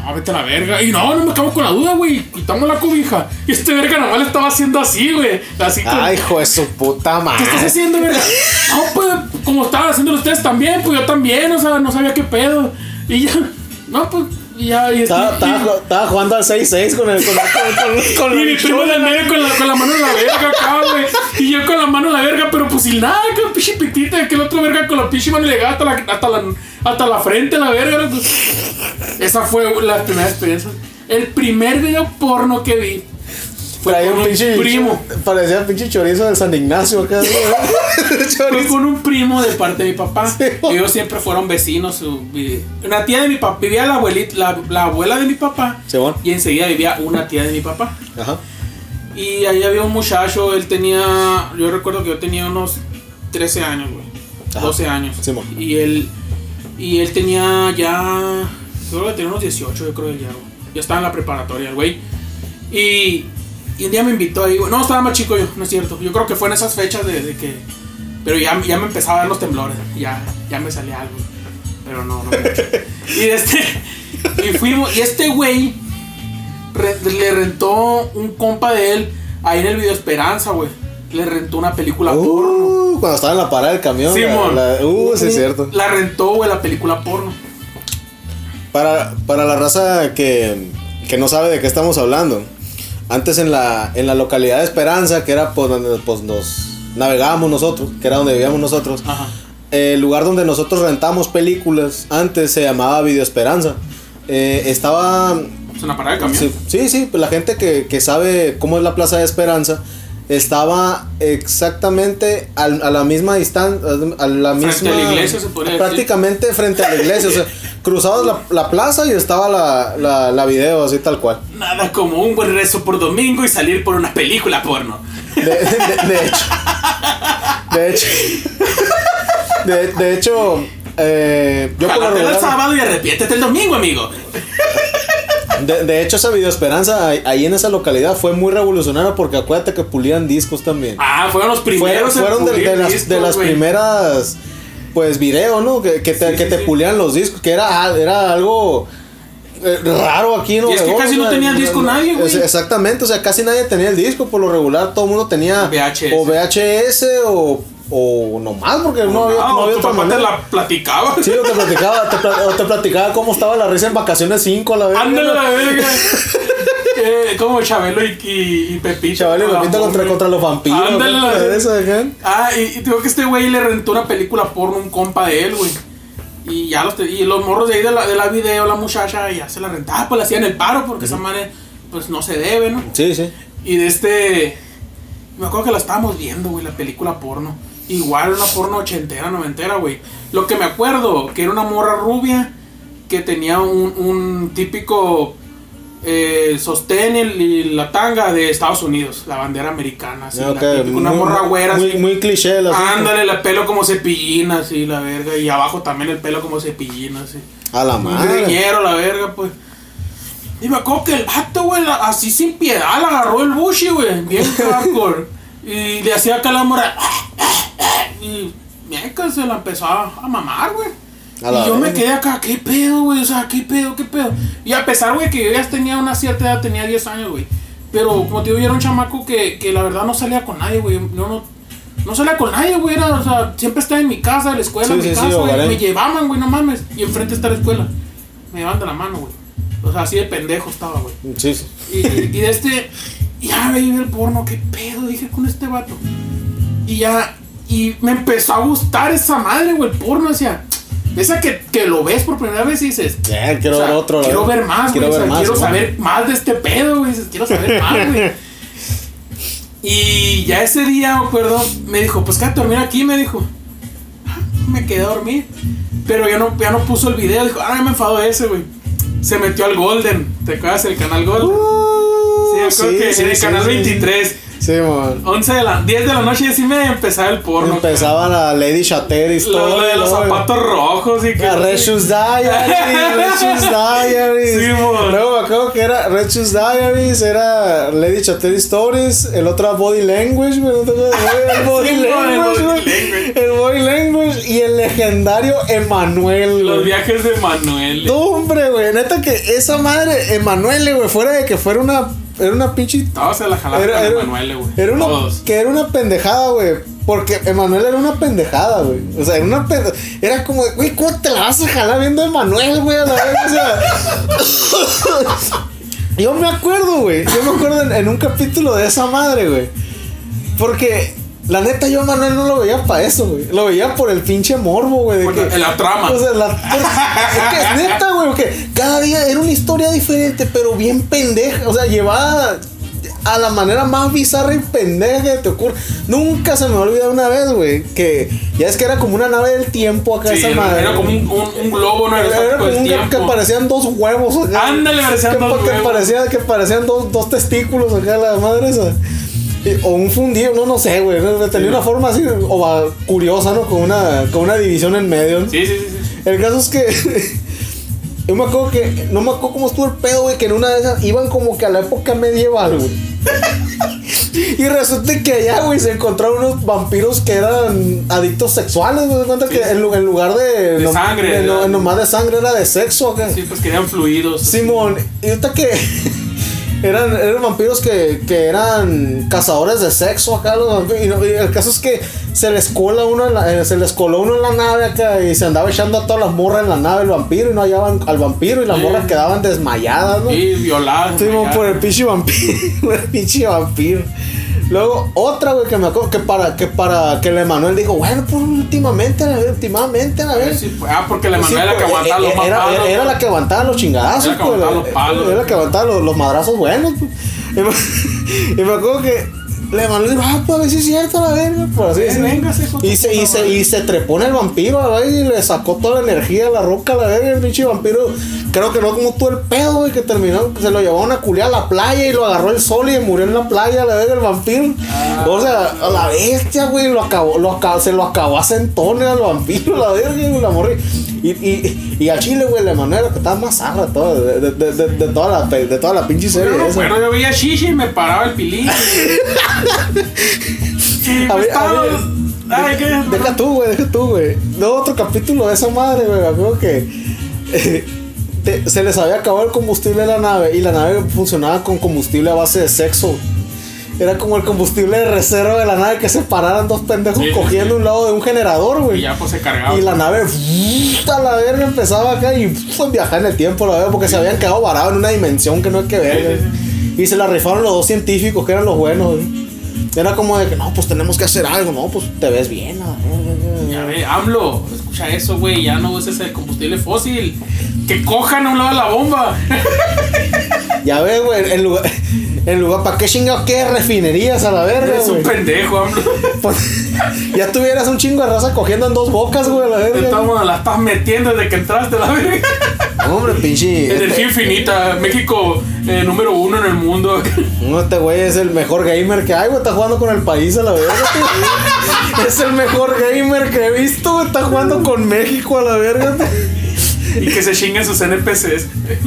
no, vete a la verga. Y no me acabo con la duda, güey. Quitamos la cobija. Y este verga nomás le estaba haciendo así, güey. Así como, ay, hijo de su puta madre. ¿qué estás haciendo, verga? No, pues, como estaban haciendo ustedes también, pues yo también, o sea, no sabía qué pedo. Y ya, no, pues, y ya. Y estaba jugando al 6-6 con y mi primo del medio con la mano en la verga acá, güey. Y yo con la mano en la verga, pero pues sin nada, con pinche pitita. Que el otro verga con la pinche mano le llegaba hasta la frente, la verga. Esa fue la primera experiencia. El primer video porno que vi fue con un primo. Parecía pinche chorizo del San Ignacio acá. Fue con un primo de parte de mi papá. Sí. Ellos siempre fueron vecinos. Una tía de mi papá, vivía la abuela de mi papá. Sí, bueno. Y enseguida vivía una tía de mi papá. Ajá. Y ahí había un muchacho, yo recuerdo que yo tenía unos 13 años, güey. 12 años. Sí, bueno. Y él tenía ya, creo que tenía unos 18, yo creo que ya estaba en la preparatoria, güey. Y un día me invitó ahí, no, estaba más chico yo, no es cierto. Yo creo que fue en esas fechas de que... Pero ya me empezaba a dar los temblores, ya me salía algo. Pero no mucho. Y fuimos, y este güey le rentó un compa de él ahí en el Video Esperanza, güey. Le rentó una película porno. Cuando estaba en la parada del camión. Sí, sí, es cierto. La rentó, güey, la película porno. Para la raza que no sabe de qué estamos hablando. Antes en la localidad de Esperanza, que era pues donde pues nos navegábamos nosotros, que era donde vivíamos nosotros. Ajá. El lugar donde nosotros rentamos películas antes se llamaba Video Esperanza. Estaba... ¿Es una parada de camión? Sí, pues la gente que sabe cómo es la Plaza de Esperanza estaba exactamente a la misma distancia, frente a la iglesia, se podría prácticamente decir. Frente a la iglesia, o sea, cruzabas la plaza y estaba la video, así tal cual. Nada como un buen rezo por domingo y salir por una película porno. De hecho, yo por lo regular, el sábado y arrepiéntete el domingo, amigo. De hecho, esa Video Esperanza ahí en esa localidad fue muy revolucionaria porque acuérdate que pulían discos también. Fueron los primeros. Fueron de las primeras, pues, video, ¿no? Que te pulían los discos, que era algo raro aquí, ¿no? Y es que casi no tenía el disco nadie, güey. Exactamente, o sea, casi nadie tenía el disco. Por lo regular, todo el mundo tenía VHS. O VHS o nomás, porque no había otra manera. Te la platicaba. Sí, te platicaba cómo estaba la risa en Vacaciones 5 a la verga. Ándale la verga. Como Chabelo y Pepito. Chabelo y Pepito contra los vampiros. Ándale la verga. Y digo que este güey le rentó una película porno a un compa de él, güey. Y ya los morros de ahí de la video, la muchacha, ya se la rentaba, pues le hacían el paro, porque esa madre, pues no se debe, ¿no? Sí. Y me acuerdo que la estábamos viendo, güey, la película porno. Igual una porno ochentera, noventera, güey. Lo que me acuerdo, que era una morra rubia que tenía un típico sostén y la tanga de Estados Unidos, la bandera americana, así, okay. Una morra güera, muy, así. Muy cliché. Ándale, el pelo como cepillín, así, la verga. Y abajo también el pelo como cepillín, así. A la madre. Un greñero, la verga, pues. Y me acuerdo que el vato, güey, así sin piedad, le agarró el bushi, güey, bien hardcore. Y le hacía acá la morra. Y mierda, se la empezó a mamar, güey. Y yo me quedé acá, ¿qué pedo, güey? O sea, ¿qué pedo? Y a pesar, güey, que yo ya tenía una cierta edad, tenía 10 años, güey. Pero, como te digo, yo era un chamaco que la verdad no salía con nadie, güey. No salía con nadie, güey. O sea, siempre estaba en mi casa, en la escuela, en mi casa, güey. Me llevaban, güey, no mames. Y enfrente está la escuela. Me llevaban de la mano, güey. O sea, así de pendejo estaba, güey. Sí. Y ya veía el porno, ¿qué pedo? Dije con este vato. Y me empezó a gustar esa madre, güey, el porno, decía. Esa que lo ves por primera vez y dices, quiero ver otro. Quiero ver más, güey. Quiero saber más de este pedo, güey. Quiero saber más, güey. Y ya ese día, me acuerdo, me dijo, pues quédate a dormir aquí, me dijo. Me quedé a dormir. Pero ya no puso el video. Dijo, me enfadó ese, güey. Se metió al Golden. ¿Te acuerdas del canal Golden? Sí, creo que en el canal 23. Sí, man. 10 de la noche y así me empezaba el porno. Empezaba la Lady Shatteris, todo. Lo de los zapatos rojos y que. La Red Shoes Diaries. Sí, man. Luego me acuerdo que era Red Shoes Diaries, era Lady Shatteris Stories, el otro era Body Language, güey. ¿No te acuerdas? El Body Language, güey. El Body Language y el legendario Emanuel. Los viajes de Emanuel. No, hombre, güey. Neta que esa madre, Emanuel, güey, fuera de que fuera una. Era una pinche. Todos se la jalaban con Emanuel, güey. Era una pendejada, güey. Porque Emanuel era una pendejada, güey. O sea, era como, güey, ¿cómo te la vas a jalar viendo a Emanuel, güey? A la vez, o sea. Yo me acuerdo en un capítulo de esa madre, güey. Porque, la neta, yo a Emanuel no lo veía para eso, güey. Lo veía por el pinche morbo, güey. En la trama. O sea, es que es neta, güey. Porque cada día era una historia diferente, pero bien pendeja. O sea, llevada a la manera más bizarra y pendeja que te ocurre. Nunca se me va a olvidar una vez, güey, que ya es que era como una nave del tiempo acá, sí, esa madre. Era como un globo, ¿no? Era como un tiempo. Que parecían dos huevos. Ándale, parecían dos huevos. Que parecían dos testículos acá, la madre esa. O un fundido, no sé, güey. Tenía una forma así, curiosa, ¿no? Con una división en medio, ¿no? Sí. El caso es que yo me acuerdo que, no me acuerdo cómo estuvo el pedo, güey, que en una de esas iban como que a la época medieval, güey. Y resulta que allá, güey, se encontraron unos vampiros que eran adictos sexuales, güey. Cuenta que en lugar de sangre, nomás de sangre era de sexo, acá. Sí, pues querían fluidos. Simón, y ahorita que eran vampiros que eran cazadores de sexo acá, los vampiros. Y el caso es que se les coló uno en la nave acá y se andaba echando a todas las morras en la nave el vampiro y no hallaban al vampiro y las morras quedaban desmayadas, ¿no? Sí, violadas. Sí, por el pinche vampiro. Luego, otra, güey, que me acuerdo que para que el Emanuel dijo, bueno, pues últimamente, a ver. Sí, porque el Emanuel era la que aguantaba los palos. Era la que aguantaba los chingazos, era la que aguantaba los madrazos buenos, pues. Y me acuerdo que el Emanuel dijo, pues a ver si es cierto, la verga, por así decirlo. Y se trepó en el vampiro, a ver, y le sacó toda la energía de la roca, la verga, el pinche vampiro. Creo que no como todo el pedo, güey, que terminó, se lo llevaron a culiar a la playa y lo agarró el sol y murió en la playa, la verga, el vampiro. O sea, a la bestia, güey, se lo acabó a centones al vampiro, la verga, y la morri. Y a Chile, güey, la manera que estaba más zarra de toda la pinche serie. Bueno, yo veía Shishi y me paraba el pilín. Deja tú, güey. No, otro capítulo de esa madre, güey. Me acuerdo que se les había acabado el combustible de la nave y la nave funcionaba con combustible a base de sexo. Era como el combustible de reserva de la nave, que se pararan dos pendejos cogiendo un lado de un generador, güey. Y ya pues se cargaba. Y la nave, a la verga, empezaba acá y viajaba en el tiempo, la verga, porque se habían quedado varados en una dimensión que no hay que ver, Y se la rifaron los dos científicos que eran los buenos, güey. Era como de que, no, pues tenemos que hacer algo, no, pues te ves bien, la verga. Ya ve, AMLO, escucha eso, güey, ya no uses el combustible fósil. Que cojan a un lado de la bomba. Ya ves, güey, en lugar, ¿para qué chingados qué refinerías a la verga, eres un pendejo, AMLO. Pues, ya tuvieras un chingo de raza cogiendo en dos bocas, güey, a la verga. La estás metiendo desde que entraste, la verga. No, hombre, pinche. Energía infinita, México número 1 en el mundo. No, este güey es el mejor gamer que hay, güey, está jugando con el país a la verga. Es el mejor gamer que he visto, güey, está jugando con México a la verga. Y que se chinguen sus NPCs.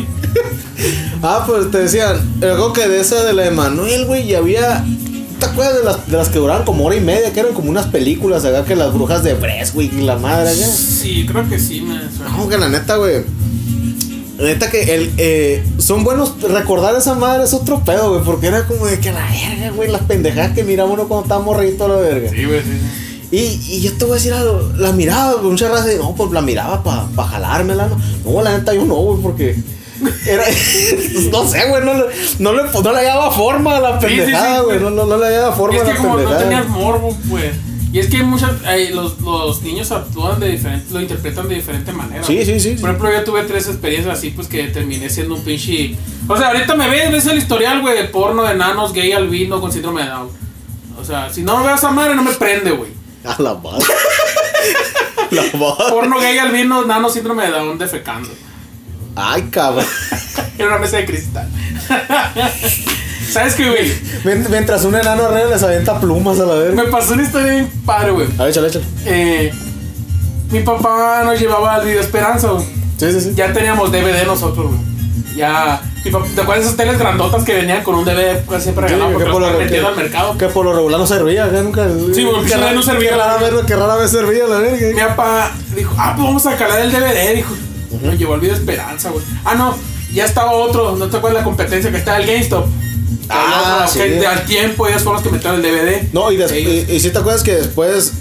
Pues te decían, algo que de esa de la de Manuel, güey, y había. ¿Te acuerdas de las que duraban como hora y media? Que eran como unas películas acá, que las brujas de Breswick y la madre acá. Sí, creo que sí, me suena. No, que la neta, güey. La neta que son buenos. Recordar esa madre es otro pedo, güey, porque era como de que la verga, güey, las pendejadas que miraba uno cuando estaba morrito a la verga. Sí, güey, sí. Y yo te voy a decir algo, la miraba, güey, muchas veces, no, pues la miraba pa' jalármela, no, la neta yo no, güey, porque era, no sé, güey, no le hallaba forma a la pendejada, güey, no le hallaba forma a la pendejada. Es que como no tenías morbo, güey, y es que los niños actúan de diferente, lo interpretan de diferente manera. Sí. Por ejemplo, yo tuve 3 experiencias así, pues que terminé siendo un pinche, o sea, ahorita ves el historial, güey, de porno de enanos, gay, albino, con síndrome de Down. O sea, si no me veo a esa madre, no me prende, güey. A la madre. La madre. Porno gay, albino, nano, síndrome de Down, defecando. Ay, cabrón. Era una mesa de cristal. ¿Sabes qué, güey? Mientras un enano arriba les avienta plumas a la verga. Me pasó una historia bien padre, güey. A ver, échale. Mi papá nos llevaba al Video Esperanza, güey. Sí. Ya teníamos DVD nosotros, güey. Ya. ¿Te acuerdas de esas teles grandotas que venían con un DVD que siempre regalado porque los estaban metiendo al mercado? Que por lo regular no servía, acá nunca. Sí, güey, que no servía. Que rara vez servía, la verga. Mi papá dijo, pues vamos a calar el DVD, dijo. Nos llevó al Video Esperanza, güey. No, ya estaba otro, ¿no te acuerdas la competencia que estaba el GameStop? Sí. Que al tiempo ellos fueron los que metieron el DVD. No, y si te acuerdas que después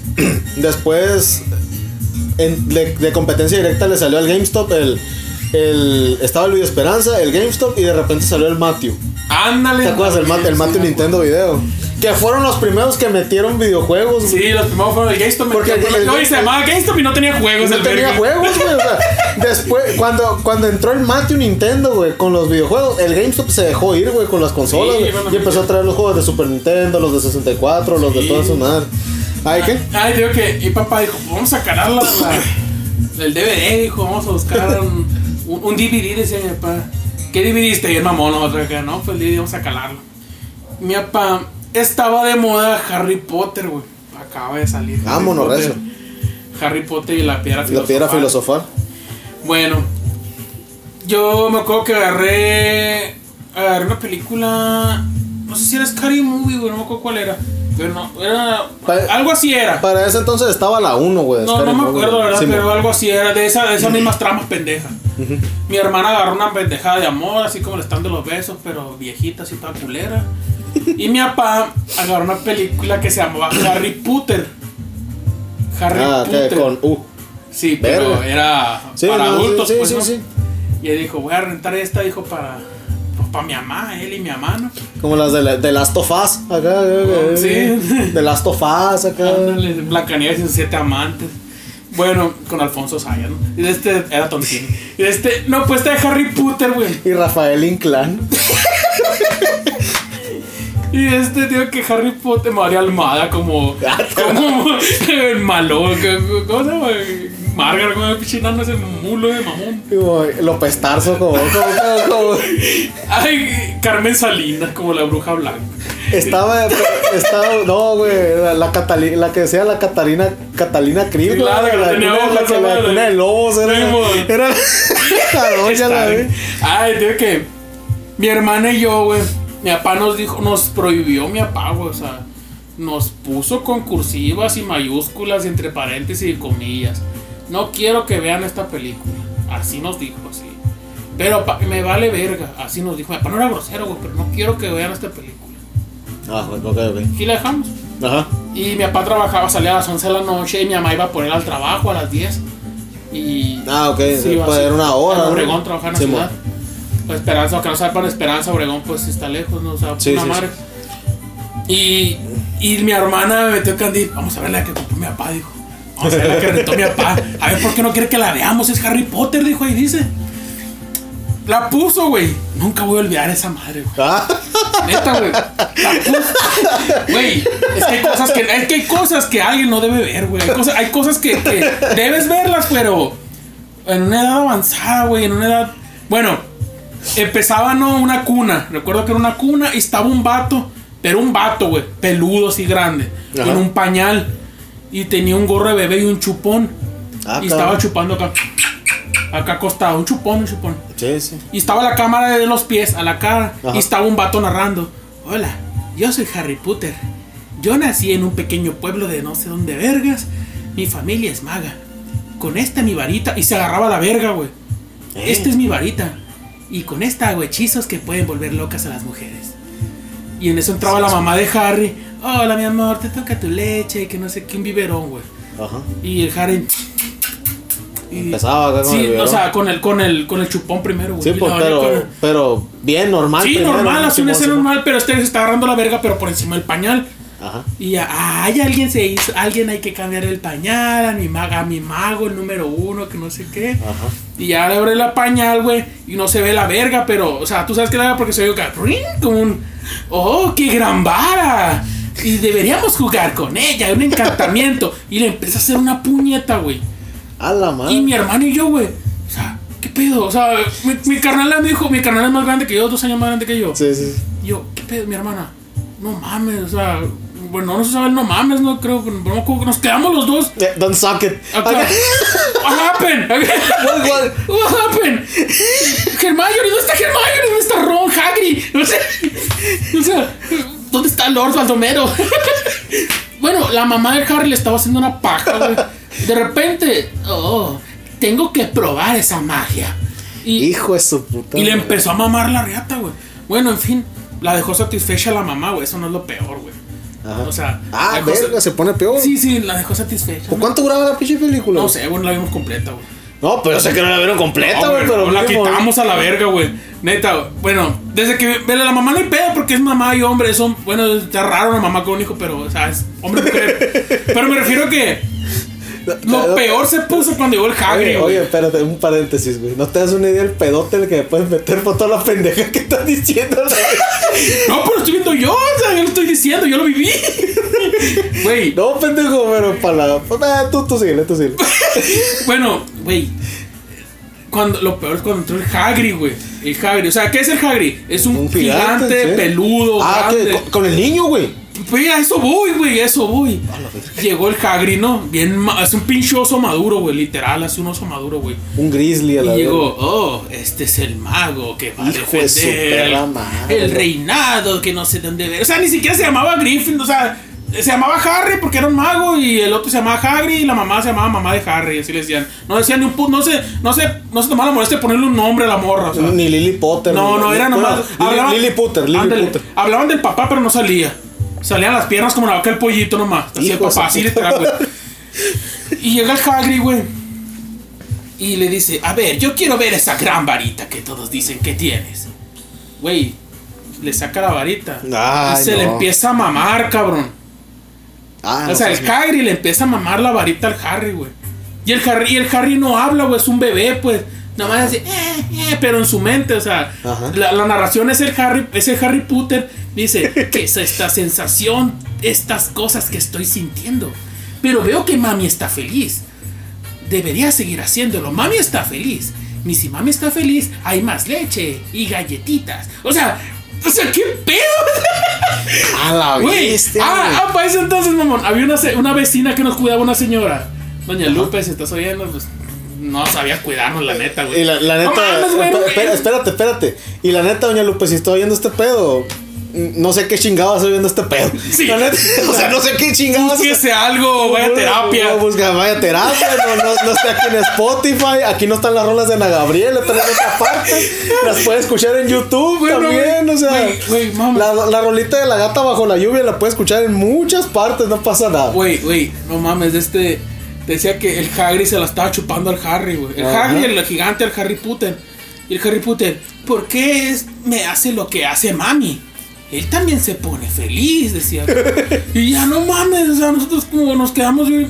de competencia directa le salió al GameStop estaba el Video Esperanza, el GameStop y de repente salió el Matthew. Ándale. ¿Te acuerdas el Matthew Nintendo Video? Que fueron los primeros que metieron videojuegos. Sí, los primeros fueron el GameStop. Porque se llamaba GameStop y no tenía juegos. No tenía juegos, güey. O sea, después, cuando entró el Matthew Nintendo, güey, con los videojuegos, el GameStop se dejó ir, güey, con las consolas, güey. Y empezó a traer los juegos de Super Nintendo, los de 64, los de todas sus madres. ¿Qué? Digo que mi papá dijo, vamos a calar el DVD, dijo, vamos a buscar un DVD, decía mi papá. ¿Qué DVD está bien mamón? Otra que no, pues el DVD vamos a calarlo. Mi papá estaba de moda Harry Potter, güey. Acaba de salir. Vámonos, eso. Harry Potter y la piedra filosofal. La piedra filosofal. Bueno, yo me acuerdo que agarré una película. No sé si era Scary Movie, güey, no me acuerdo cuál era. Pero no, era. Algo así era. Para ese entonces estaba la 1, güey. No me acuerdo, la verdad, sí, pero algo así era. De esas mismas tramas pendejas. Mi hermana agarró una pendejada de amor, así como le están de los besos, pero viejita, así toda culera. Y mi papá agarró una película que se llamaba Harry Potter. Harry Potter. Con Sí, pero verga. Era para adultos, sí, pues, sí, ¿no? sí. Y él dijo, voy a rentar esta, dijo, para mi mamá, él y mi mamá, ¿no? Como las de Last of Us, acá. Sí. De Last of Us, acá. Blancanieves y sus 7 amantes. Bueno, con Alfonso Sayas, ¿no? Y era Tontino. Y no, pues de Harry Potter, güey. Y Rafael Inclán. Y digo que Harry Potter, María Almada, como el malo, ¿cómo se llama? Margaret, como el pichino, ese mulo de mamón. López Tarso, como. Ay, Carmen Salinas, como la bruja blanca. Estaba, no, güey, la que decía la Catalina Krieg, sí, la cuna de lobos, era la doña, la güey. Digo que mi hermana y yo, güey, mi papá nos prohibió, mi papá, güey, o sea, nos puso con cursivas y mayúsculas y entre paréntesis y comillas. No quiero que vean esta película. Así nos dijo, así. Pero me vale verga, así nos dijo. Mi papá no era grosero, güey, pero no quiero que vean esta película. Ok. Y la dejamos. Ajá. Y mi papá salía a las 11 de la noche y mi mamá iba a poner al trabajo a las 10. Y ok, sí, puede ir una hora. En Obregón, trabajar en la ciudad. Pues Esperanza, que no sepan Esperanza, Obregón, pues está lejos, ¿no? O sea, una madre. Y mi hermana me metió candil. Vamos a ver la que compró mi papá, dijo. Vamos a ver la que rentó mi papá. A ver por qué no quiere que la veamos. Es Harry Potter, dijo, ahí dice. La puso, güey. Nunca voy a olvidar esa madre, güey. Neta, güey. La puso. Güey, es que hay cosas que alguien no debe ver, güey. Hay cosas que debes verlas, pero en una edad avanzada, güey. En una edad. Bueno, empezaba, ¿no? Una cuna. Recuerdo que era una cuna y estaba un vato. Pero un vato, güey. Peludo, así grande. Ajá. En un pañal. Y tenía un gorro de bebé y un chupón. Y estaba chupando acá. Acá acostado, un chupón. Sí. Y estaba la cámara de los pies a la cara. Ajá. Y estaba un vato narrando. Hola, yo soy Harry Potter. Yo nací en un pequeño pueblo de no sé dónde vergas. Mi familia es maga. Con esta mi varita. Y se agarraba la verga, güey. Esta es mi varita. Y con esta hago hechizos que pueden volver locas a las mujeres. Y en eso entraba la mamá de Harry. Hola, mi amor, te toca tu leche. Que no sé qué, un biberón, güey. Ajá. Y el Harry... empezaba acá con el o sea, con el chupón primero, güey. Sí, pues, pero bien normal. Sí, primero, normal, así una escena normal, pero se está agarrando la verga, pero por encima del pañal. Ajá. Y alguien hay que cambiar el pañal a mi mago, el número 1, que no sé qué. Ajá. Y ya le abre la pañal, güey, y no se ve la verga, pero, o sea, tú sabes que la verga porque se ve como un, ¡oh, qué gran vara! Y deberíamos jugar con ella, un encantamiento. Y le empieza a hacer una puñeta, güey. A la madre. Y mi hermano y yo, güey, o sea, ¿qué pedo? O sea, mi carnal me dijo, mi carnal es más grande que yo, 2 años más grande que yo. Sí. Y yo, ¿qué pedo, mi hermana? No mames, o sea, bueno, no se sabe el no mames, no creo, nos quedamos los dos. Don't suck it. Okay. What happened? What happened? Hermione, ¿dónde está Hermione? ¿Dónde está Ron, Hagrid? O sea, ¿dónde está Lord Baldomero? Bueno, la mamá de Harry le estaba haciendo una paja, güey. De repente, tengo que probar esa magia. Hijo de su puta. Y le empezó a mamar la riata, güey. Bueno, en fin, la dejó satisfecha la mamá, güey. Eso no es lo peor, güey. Ajá. O sea, verga, se pone peor. Sí, la dejó satisfecha. ¿Por cuánto duraba la pinche película? No sé, bueno, la vimos completa, güey. No, pero sé que no la vieron completa, güey. No, pero la quitamos a la verga, güey. Neta, bueno, desde que la mamá no hay pedo porque es mamá y hombre. Son, bueno, está raro una mamá con un hijo, pero, o sea, es hombre y mujer. Pero me refiero a que lo peor se puso cuando llegó el Hagrid, güey. Oye, espérate, un paréntesis, güey. No te das una idea del pedote en el que me puedes meter por toda la pendeja que estás diciendo. No, pero estoy viendo yo, o sea, yo lo estoy diciendo, yo lo viví. Güey. No, pendejo, pero para la... Tú síguele. Bueno, güey. Lo peor es cuando entró el Hagrid, güey. El Hagrid, o sea, ¿qué es el Hagrid? Es un gigante ¿sí? Peludo, grande. Con el niño, güey. Pues a eso voy, güey, a eso voy. Llegó el Hagrid, ¿no? Bien, es un pinche oso maduro, güey, literal, hace un oso maduro, güey. Un grizzly a la vez. Y llegó, este es el mago que va a defender el reinado, que no sé dónde ver. O sea, ni siquiera se llamaba Griffin, o sea, se llamaba Harry porque era un mago y el otro se llamaba Hagrid y la mamá se llamaba mamá de Harry, así le decían. No decían ni un puto, no se tomaba la molestia de ponerle un nombre a la morra, o sea. Ni Lily Potter. No, era nomás. Lily Potter. Hablaban del papá, pero no salía. Salían las piernas como la boca del pollito nomás. Así el papá, así literal, güey. Y llega el Hagrid, güey. Y le dice, a ver, yo quiero ver esa gran varita que todos dicen que tienes. Güey, le saca la varita. Ay, y se le empieza a mamar, cabrón. O sea, el Hagrid le empieza a mamar la varita al Harry, güey. Y el Harry no habla, güey, es un bebé, pues. Nada más así, pero en su mente, o sea, la narración es el Harry Potter. Dice, ¿qué es esta sensación? Estas cosas que estoy sintiendo. Pero veo que mami está feliz. Debería seguir haciéndolo. Mami está feliz. Y si mami está feliz, hay más leche y galletitas. O sea, ¿qué pedo? A la bestia. Para eso entonces, mamón, había una vecina que nos cuidaba, una señora. Doña Lupe, si estás oyendo, pues no sabía cuidarnos, la neta, güey. Y la neta, no mames, espérate. Y la neta, doña Lupe, si estoy oyendo este pedo, no sé qué chingados estoy viendo este pedo. Sí. La neta, o sea, no sé qué chingados. Búsquese algo, vaya a terapia. Vaya a terapia, no está aquí en Spotify. Aquí no están las rolas de Ana Gabriel, están en otra parte. Las puedes escuchar en YouTube también, o sea. Güey, la rolita de la gata bajo la lluvia la puedes escuchar en muchas partes, no pasa nada. Güey, no mames, decía que el Hagrid se la estaba chupando al Harry, güey. El Hagrid, el gigante, el Harry Potter. Y el Harry Potter, ¿por qué me hace lo que hace mami? Él también se pone feliz, decía. Y ya no mames, o sea, nosotros como nos quedamos, yo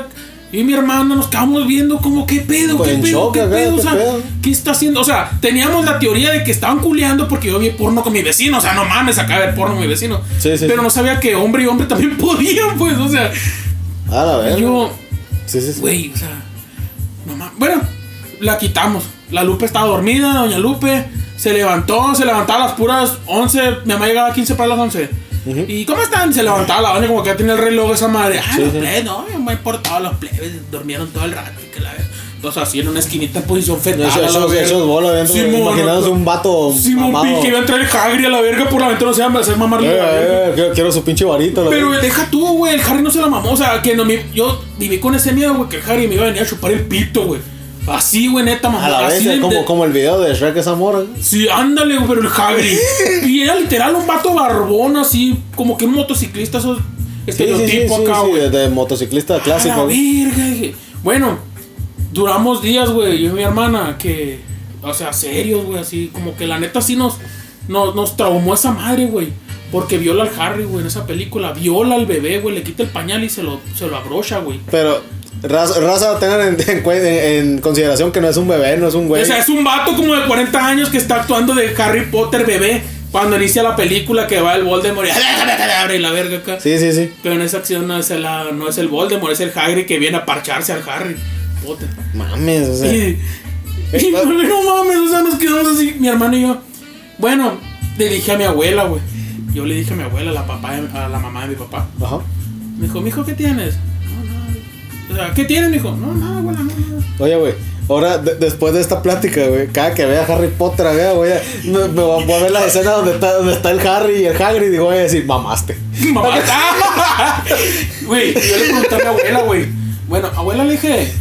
y mi hermana nos quedamos viendo como qué pedo, pues qué pedo, o sea, ¿qué está haciendo? O sea, teníamos la teoría de que estaban culeando porque yo vi porno con mi vecino, o sea, no mames, acá de ver porno con mi vecino. Sí, pero no sabía que hombre y hombre también podían, pues, o sea. A la verga. Yo, sí. güey, o sea, no mames. Bueno, la quitamos. La Lupe estaba dormida, doña Lupe se levantaba a las puras 11. Mi mamá llegaba a 15 para las 11. ¿Y cómo están? Se levantaba la doña como que ya tenía el reloj esa madre. Los plebes, no, me importaba, los plebes durmieron todo el rato. Y que la vez. Entonces así en una esquinita en posición fetal. Esos bolos, imaginándose un vato. Simón que iba a entrar el Hagrid a la verga por la ventana, se va a hacer mamarle la verga. Quiero su pinche varita. Pero deja tú, güey, el Harry no se la mamó. O sea, que no, yo viví con ese miedo, güey, que el Harry me iba a venir a chupar el pito, güey. Así, güey, neta, mamá. A la vez, como el video de Shrek esa morra. Sí, ándale, pero el Hagrid. Y era literal un vato barbón, así, como que un motociclista, esos estereotipos acá, güey. De motociclista clásico. A la verga. Bueno, duramos días, güey, yo y mi hermana, que, o sea, serios, güey, así, como que la neta sí nos traumó esa madre, güey. Porque viola al Harry, güey, en esa película. Viola al bebé, güey, le quita el pañal y se lo abrocha, güey. Pero raza, tengan en consideración que no es un bebé, no es un güey. O sea, es un vato como de 40 años que está actuando de Harry Potter bebé. Cuando inicia la película que va el Voldemort y la verga acá. Sí. Pero en esa acción no es el Voldemort, es el Hagrid que viene a parcharse al Harry Potter. Mames, o sea. Y no mames, o sea, nos quedamos así, mi hermano y yo. Bueno, le dije a mi abuela, güey. Yo le dije a mi abuela, a la mamá de mi papá. Ajá. Me dijo, mijo, ¿qué tienes? No, nada. O sea, ¿qué tienes, mijo? No, nada, abuela, no. Oye, güey, ahora después de esta plática, güey, cada que vea Harry Potter, me voy a ver la escena donde está el Harry y el Hagrid y voy a decir, mamaste. Mamaste. Güey, yo le pregunté a mi abuela, güey. Bueno, abuela, le dije,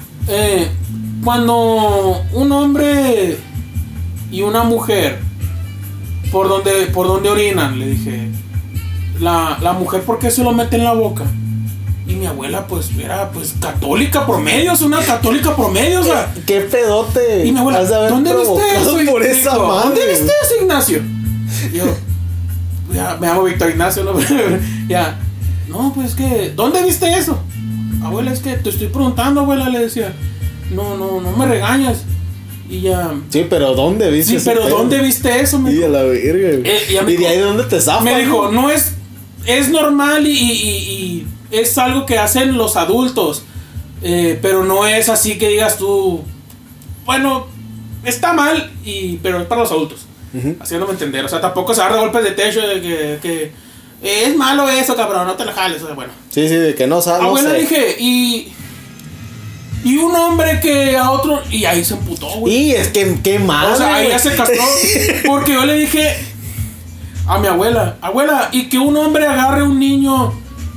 cuando un hombre y una mujer, ¿por dónde orinan? Le dije, la mujer, ¿por qué se lo mete en la boca? Y mi abuela, pues, era católica promedio, es una católica promedio, o sea. ¿Qué pedote? Y mi abuela, ¿dónde viste eso? Por esa dijo, madre. ¿Dónde viste eso, Ignacio? Y yo, ya, me llamo Víctor Ignacio, ¿no? Ya, no, pues que, ¿dónde viste eso? Abuela, es que te estoy preguntando, abuela, le decía. No me regañas. Y ya. Sí, pero ¿dónde viste sí, eso? Pero ¿dónde viste eso? Y a la verga. Y de ahí de dónde te zafas. Me dijo, no es normal y es algo que hacen los adultos, pero no es así que digas tú, bueno, está mal, pero es para los adultos. Haciéndome entender, o sea, tampoco se agarra golpes de techo de que es malo eso, cabrón, no te la jales, o sea, bueno. Sí, de que no sabes. Abuela, dije, y un hombre que a otro, y ahí se emputó, güey. Y es que, qué mal. O sea, ahí ya se castró, porque yo le dije a mi abuela, y que un hombre agarre un niño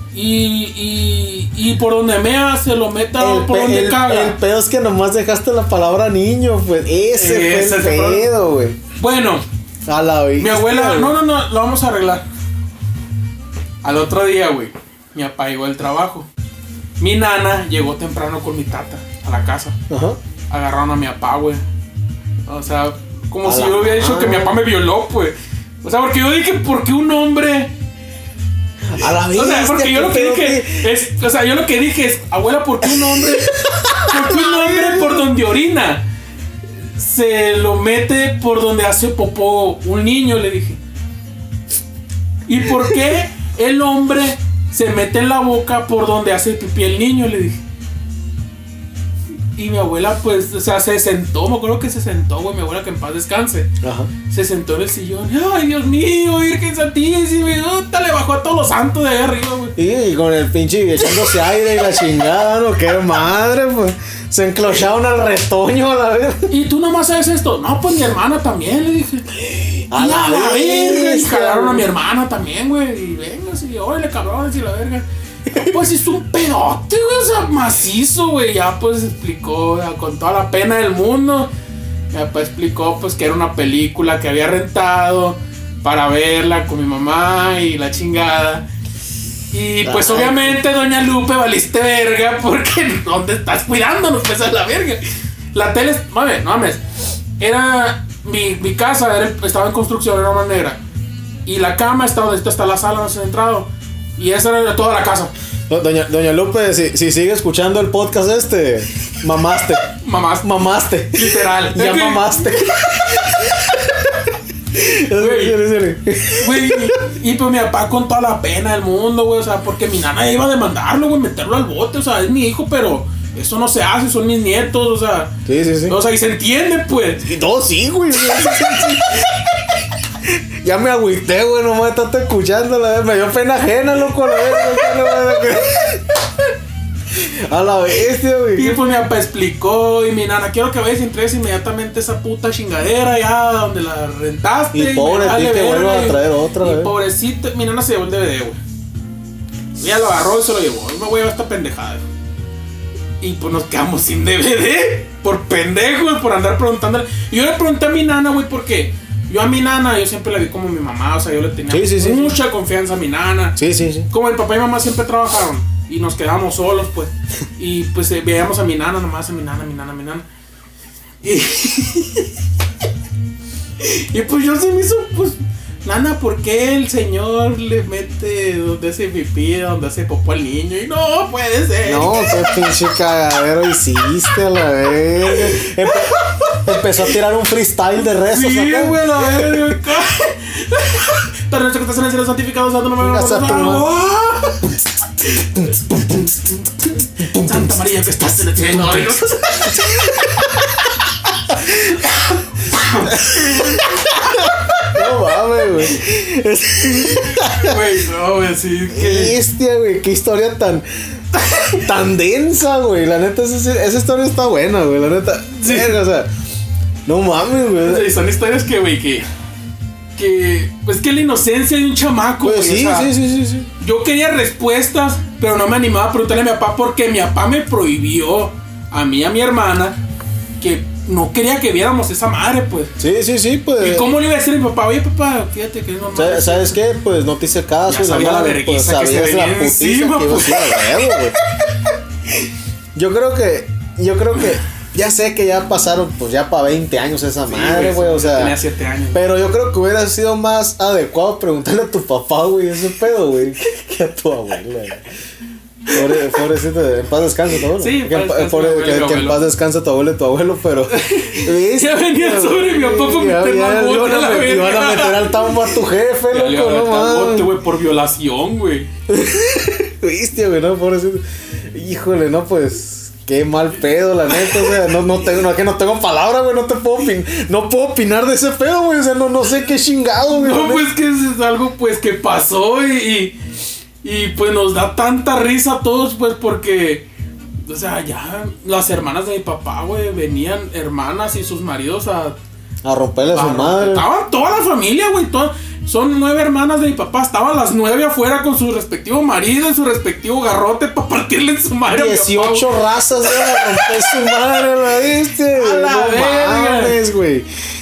y por donde mea se lo meta por donde caga. El pedo es que nomás dejaste la palabra niño, pues. Ese fue el pedo, güey. Bueno, a la vez. Mi abuela, no, lo vamos a arreglar. Al otro día, güey, mi papá llegó del trabajo. Mi nana llegó temprano con mi tata a la casa. Ajá. Agarraron a mi papá, güey. O sea, como si yo hubiera dicho que mi papá me violó, pues. O sea, porque yo dije, ¿por qué un hombre? A la vez. O sea, porque yo lo que dije es, o sea, yo lo que dije es, abuela, ¿por qué un hombre por donde orina se lo mete por donde hace popó un niño? Le dije. ¿Y por qué el hombre se mete en la boca por donde hace pipí el niño? Le dije. Y mi abuela, pues, o sea, se sentó, me acuerdo que se sentó, güey, mi abuela, que en paz descanse. Ajá. Se sentó en el sillón. Ay, Dios mío, Virgen Santísima, le bajó a todos los santos de ahí arriba, güey. Y con el pinche echándose aire y la chingada, ¿no? Qué madre, pues. Se enclocharon al retoño a la vez. ¿Y tú nomás sabes esto? No, pues mi hermana también, le dije. A la verga. Y jalaron a mi hermana también, güey. Y venga, sí, órale, cabrones, y la verga. Pues es un pedote, güey, o sea, macizo, güey. Ya pues explicó, ya, con toda la pena del mundo. Ya pues explicó pues que era una película que había rentado para verla con mi mamá y la chingada. Y pues obviamente, doña Lupe, valiste verga, porque ¿dónde estás cuidándonos? Pues a la verga. La tele, no mames, era mi casa, estaba en construcción, era una negra. Y la cama estaba donde está la sala, no se ha entrado. Y esa era toda la casa. Doña Lupe, si sigue escuchando el podcast mamaste. Mamaste. Literal. Ya mamaste. Güey, y pues mi papá con toda la pena del mundo, güey, o sea, porque mi nana iba a demandarlo, güey, meterlo al bote, o sea, es mi hijo, pero eso no se hace, son mis nietos, o sea. Sí. O sea, y se entiende, pues. Y todo sí, güey. Ya me agüité, güey, nomás estás escuchando, me dio pena ajena, loco, la verga. A la bestia, güey. Y pues mi papá explicó, y mi nana, quiero que vayas y entregues inmediatamente esa puta chingadera ya donde la rentaste. Y pobre ti que vuelva a traer otra, güey. Y pobrecito, mi nana se llevó el DVD, güey. Ella lo agarró y se lo llevó. Yo me voy a llevar esta pendejada. Y pues nos quedamos sin DVD. Por pendejos, por andar preguntándole. Y yo le pregunté a mi nana, güey, ¿por qué? Yo a mi nana, yo siempre la vi como mi mamá, o sea, yo le tenía mucha confianza a mi nana. Sí. Como el papá y mamá siempre trabajaron y nos quedábamos solos, pues. Y pues veíamos a mi nana nomás, a mi nana. Y pues yo se me hizo, pues, nana, ¿por qué el señor le mete donde hace pipí, donde hace popó al niño? Y no, puede ser. No, qué pinche cagadero hiciste a la verga. Empezó a tirar un freestyle de rezos. Sí, güey, la verga. Pero no sé que estás en el cielo santificado, santo, no me Santa María, que estás en el cielo. No mames, güey. Güey, no, güey, sí. Qué bestia, güey. Qué historia tan densa, güey. La neta, esa historia está buena, güey. La neta. Sí. O sea, no mames, güey. O sea, son historias que, güey, pues que la inocencia de un chamaco, pues güey. Sí, o sea, sí. Yo quería respuestas, pero no me animaba a preguntarle a mi papá porque mi papá me prohibió a mí y a mi hermana que no quería que viéramos esa madre, pues. Sí, pues. ¿Y cómo le iba a decir a mi papá? Oye, papá, fíjate que es normal. ¿Sabes qué? Pues no te hice caso. Ya sabía la vergüenza pues, que se venía encima, pues. Yo creo que ya sé que ya pasaron, pues ya para 20 años esa madre, güey, o sea. Tenía 7 años. Pero yo creo que hubiera sido más adecuado preguntarle a tu papá, güey, ese pedo, güey, que a tu abuela, güey. Pobrecito, en paz descanse tu abuelo. Sí, que en paz descanse tu abuelo y tu abuelo, pero. Ya venía sobre mi papá para meter al bote a la verga. Iban a meter al tambo a tu jefe, loco, no mames. Güey, por violación, güey. Viste, güey, no, pobrecito. Híjole, no, pues. Qué mal pedo, la neta, o sea, no tengo palabra, güey, no puedo opinar de ese pedo, güey, o sea, no sé qué chingado, güey. No, pues que es algo, pues, que pasó y pues nos da tanta risa a todos, pues, porque, o sea, ya las hermanas de mi papá, güey, venían hermanas y sus maridos a romperle a su madre. Estaban toda la familia, güey, son 9 hermanas de mi papá, estaban las 9 afuera con su respectivo marido y su respectivo garrote para partirle en su madre. 18 razas, güey, a romper su madre, ¿la viste? A la no mames, güey.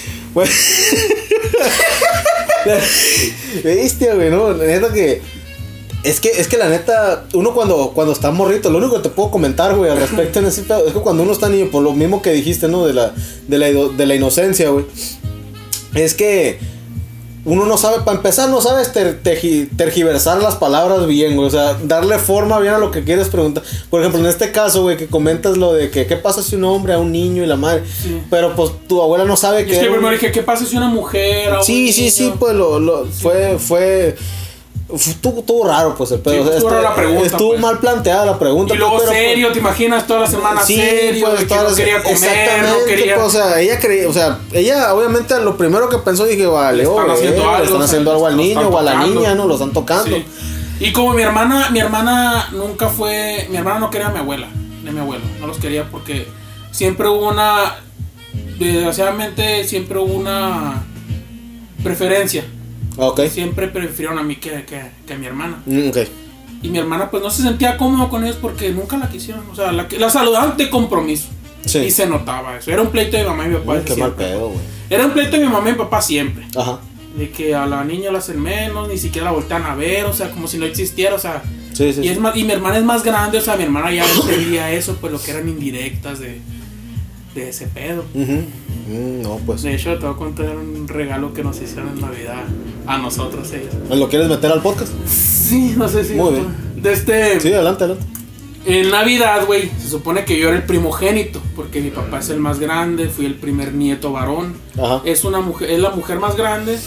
Viste, güey, no, la neta que... Es que la neta, uno cuando está morrito, lo único que te puedo comentar, güey, al respecto en ese pedo, es que cuando uno está niño, por lo mismo que dijiste, ¿no? De la inocencia, güey. Es que uno no sabe, para empezar, no sabes tergiversar las palabras bien, güey. O sea, darle forma bien a lo que quieres preguntar. Por ejemplo, en este caso, güey, que comentas lo de que qué pasa si un hombre a un niño y la madre. Sí. Pero pues tu abuela no sabe que. Es que primero dije, ¿qué pasa si una mujer a un niño? Sí, pues fue. Estuvo raro, pues el pedo. Sí, estuvo la pregunta, estuvo pues mal planteada la pregunta. Y luego pero, serio, ¿te imaginas toda la semana sí, serio? Pues, de que no quería comer, no quería. Pues, ella obviamente lo primero que pensó, dije, vale, están haciendo algo al niño o a la niña, ¿no? Lo están tocando. Sí. Y como mi hermana nunca fue, mi hermana no quería a mi abuela, ni a mi abuelo, no los quería porque siempre hubo desgraciadamente siempre hubo una preferencia. Okay. Siempre prefirieron a mí que a mi hermana. Okay. Y mi hermana pues no se sentía cómoda con ellos porque nunca la quisieron. O sea, la saludaban de compromiso. Sí. Y se notaba eso. Era un pleito de mi mamá y mi papá. Qué mal pedo, güey. Era un pleito de mi mamá y mi papá siempre. Ajá. De que a la niña la hacen menos, ni siquiera la voltean a ver, o sea, como si no existiera, o sea. Sí. Y mi hermana es más grande, o sea, mi hermana ya entendía eso, pues lo que eran indirectas de ese pedo. No, pues. De hecho, te voy a contar un regalo que nos hicieron en Navidad a nosotros ellos. ¿Lo quieres meter al podcast? Sí, no sé si. Muy bien. Sí, adelante. En Navidad, güey, se supone que yo era el primogénito, porque mi papá es el más grande, fui el primer nieto varón. Ajá. Es la mujer más grande,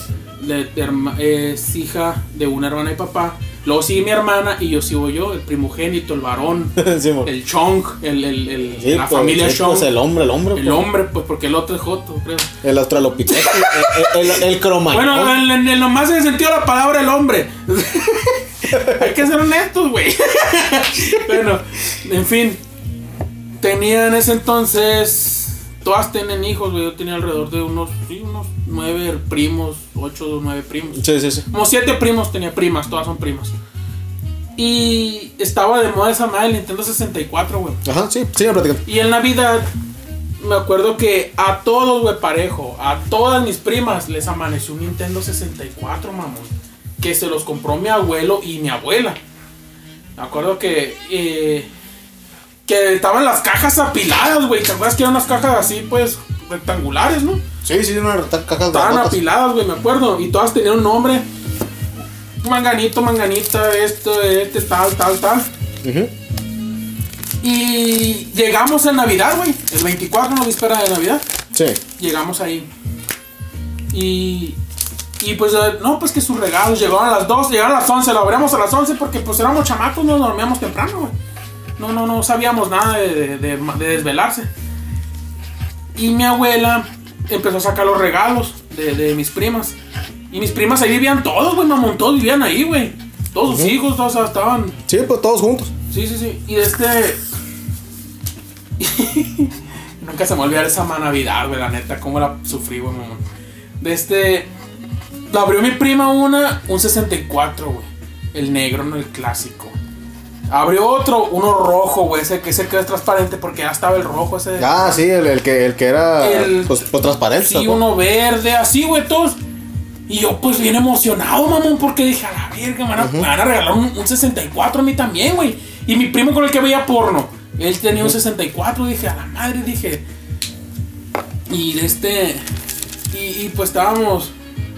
es hija de una hermana de papá. Luego sigue mi hermana y yo sigo yo, el primogénito, el varón, sí, el chong, la pues, familia chong. Pues el hombre. El hombre, pues porque el otro es joto, creo. El australopithecus, el cromañón. Bueno, nomás en el sentido de la palabra el hombre. Hay que ser honestos, güey. Bueno, en fin. Tenía en ese entonces, todas tienen hijos, güey. Yo tenía alrededor de unos 9 primos, 8 o 9 primos. Sí. Como 7 primos tenía primas, todas son primas. Y estaba de moda esa madre el Nintendo 64, güey. Ajá, sí, sigan platicando. Y en Navidad, me acuerdo que a todos, güey, parejo, a todas mis primas les amaneció un Nintendo 64, mamón. Que se los compró mi abuelo y mi abuela. Me acuerdo que estaban las cajas apiladas, güey. ¿Te acuerdas que eran unas cajas así, pues, rectangulares, no? Sí, unas cajas estaban apiladas, güey, me acuerdo. Y todas tenían un nombre. Manganito, manganita, tal. Uh-huh. Y llegamos en Navidad, güey. El 24, no víspera de Navidad. Sí. Llegamos ahí. Y pues, no, pues que sus regalos llegaron a las 2, llegaron a las 11, lo abrimos a las 11 porque pues éramos chamacos, no dormíamos temprano, güey. No sabíamos nada de desvelarse. Y mi abuela empezó a sacar los regalos de mis primas. Y mis primas ahí vivían todos, güey, mamón. Todos vivían ahí, güey. Todos sus hijos, todos estaban. Sí, pues todos juntos. Sí. Y nunca se me olvidó esa Navidad, güey, la neta. Cómo la sufrí, güey, mamón. La abrió mi prima un 64, güey. El negro, no el clásico. Abrió otro, uno rojo, güey. Ese que es transparente porque ya estaba el rojo ese. Ah, sí, el que era pues transparente. Sí, uno verde, así, güey, todos. Y yo, pues, bien emocionado, mamón, porque dije, a la verga, me van a regalar un 64 a mí también, güey. Y mi primo con el que veía porno, él tenía un 64, dije, a la madre, dije. Y y pues estábamos.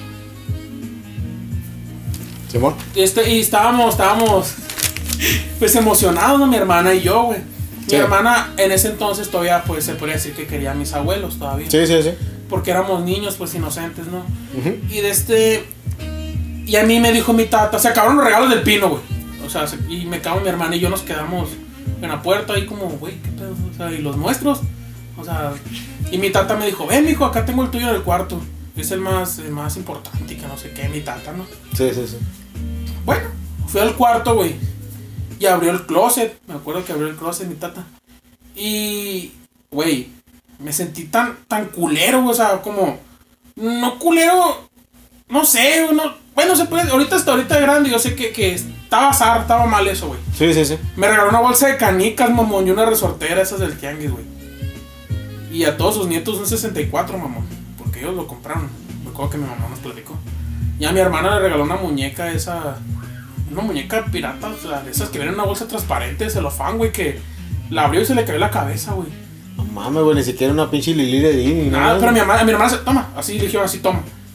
Simón. Y estábamos pues emocionados, ¿no? Mi hermana y yo, güey. Mi hermana en ese entonces todavía, pues, se podría decir que quería a mis abuelos todavía. Sí. Porque éramos niños, pues, inocentes, ¿no? Y y a mí me dijo mi tata, se acabaron los regalos del pino, güey. O sea, y me cago mi hermana y yo nos quedamos en la puerta ahí como, güey, ¿qué pedo? O sea, ¿y los nuestros? O sea, y mi tata me dijo, ven, mijo, acá tengo el tuyo del cuarto. Es el más importante, que no sé qué, mi tata, ¿no? Sí. Bueno, fui al cuarto, güey. Y abrió el closet. Me acuerdo que abrió el closet mi tata. Y, güey, me sentí tan culero, güey. O sea, como, no culero, no sé, no. Bueno, se puede, ahorita grande, yo sé que estaba mal eso, güey. Sí. Me regaló una bolsa de canicas, mamón, y una resortera, esas del tianguis, güey. Y a todos sus nietos un 64, mamón. Porque ellos lo compraron. Me acuerdo que mi mamá nos platicó. Y a mi hermana le regaló una muñeca una muñeca pirata, o sea, de esas que vienen en una bolsa transparente de celofán, güey, que la abrió y se le cayó la cabeza, güey. No mames, güey, ni siquiera una pinche Lili de Disney. Nada, pero mi hermana se toma, así le dijeron así, toma.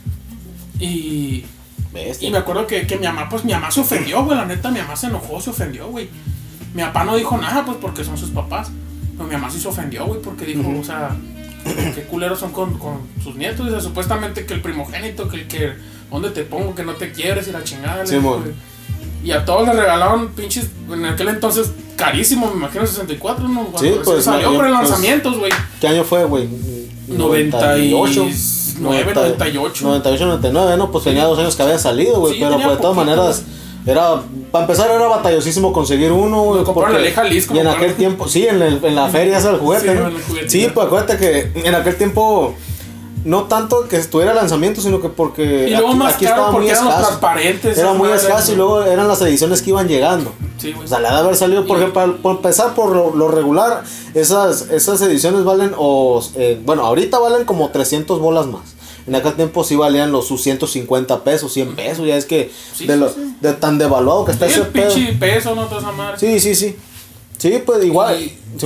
Y me acuerdo que mi mamá se ofendió, güey, la neta, mi mamá se enojó, se ofendió, güey. Mi papá no dijo nada, pues, porque son sus papás. Pero mi mamá sí se ofendió, güey, porque dijo, o sea, qué culeros son con sus nietos. O sea, supuestamente que el primogénito, que ¿dónde te pongo? Que no te quiebres y la chingada. Sí, y a todos les regalaron pinches, en aquel entonces, carísimo, me imagino 64, ¿no? Cuando sí, pues salió por el lanzamientos, güey. ¿Qué año fue, güey? 98. 99, ¿no? Pues tenía 2 años que había salido, güey. Sí, pero pues de todas maneras, para empezar era batallosísimo conseguir uno, güey. Compraron en Jalisco. Y en aquel tiempo, sí, en la feria esa del juguete, ¿no? Sí, pues acuérdate que en aquel tiempo no tanto que estuviera el lanzamiento, sino que porque y luego aquí estaba muy escaso. Era muy escaso y luego eran las ediciones que iban llegando. Sí, güey. O sea, le ha de haber salido, por ejemplo, por empezar por lo regular, esas ediciones valen, bueno, ahorita valen como 300 bolas más. En aquel tiempo sí valían sus 150 pesos, 100 pesos, ya es que de tan devaluado que está ese pedo. Sí, el pinche peso, no toda esa madre. Sí. Sí, pues igual.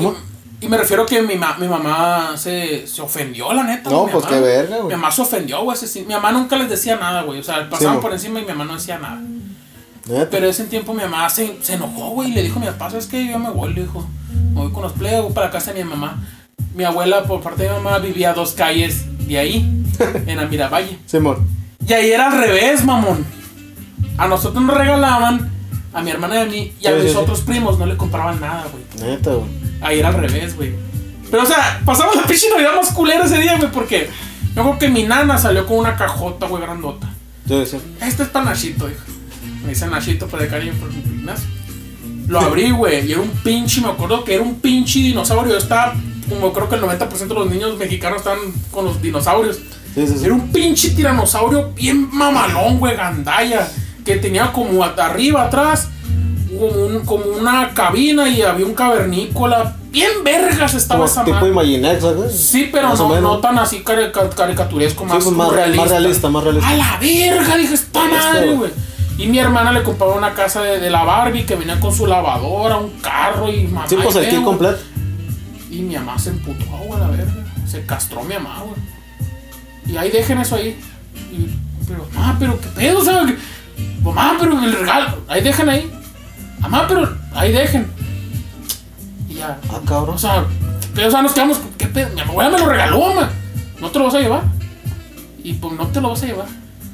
Y me refiero que mi mamá se ofendió, la neta. No, pues qué verga, güey. Mi mamá se ofendió, güey. Mi mamá nunca les decía nada, güey. O sea, pasaban por encima y mi mamá no decía nada. ¿Neta? Pero ese tiempo mi mamá se enojó, güey. Y le dijo a mi papá, ¿sabes qué? Yo me voy, le dijo. Me voy con los plebes, voy para la casa de mi mamá. Mi abuela, por parte de mi mamá, vivía a 2 calles de ahí, en Amiravalle. Simón. Y ahí era al revés, mamón. A nosotros nos regalaban, a mi hermana y a mí, y a mis otros primos no le compraban nada, güey. Neta, güey. Ahí era al revés, güey. Pero, o sea, pasamos la pinche Navidad más culera ese día, güey, porque yo creo que mi nana salió con una cajota, güey, grandota. Sí. Este es para Nachito, hijo. Me dice Nachito por el cariño por mi Ignacio. Lo abrí, güey, y era un pinche, me acuerdo que era un pinche dinosaurio. Yo estaba, como creo que el 90% de los niños mexicanos están con los dinosaurios. Sí. Era un pinche tiranosaurio bien mamalón, güey, gandalla, que tenía como arriba, atrás, como una cabina y había un cavernícola. Bien vergas estaba esa madre. Tipo Imaginext, ¿sabes? Sí, pero no tan así caricaturesco, más, sí, más realista. A la verga, dije, esta madre, güey. Y mi hermana le compraba una casa de la Barbie que venía con su lavadora, un carro y mamá. Sí, pues el kit completo. Y mi mamá se emputó, güey, a la verga. Se castró mi mamá, güey. Y ahí dejen eso ahí. Pero, mamá, pero qué pedo, o sea, mamá, pero el regalo, ahí dejen ahí. Mamá, pero ahí dejen. Y ya. Ah, cabrón. O sea, nos quedamos, ¿qué pedo? Mi abuela me lo regaló, mamá. ¿No te lo vas a llevar? Y pues no te lo vas a llevar.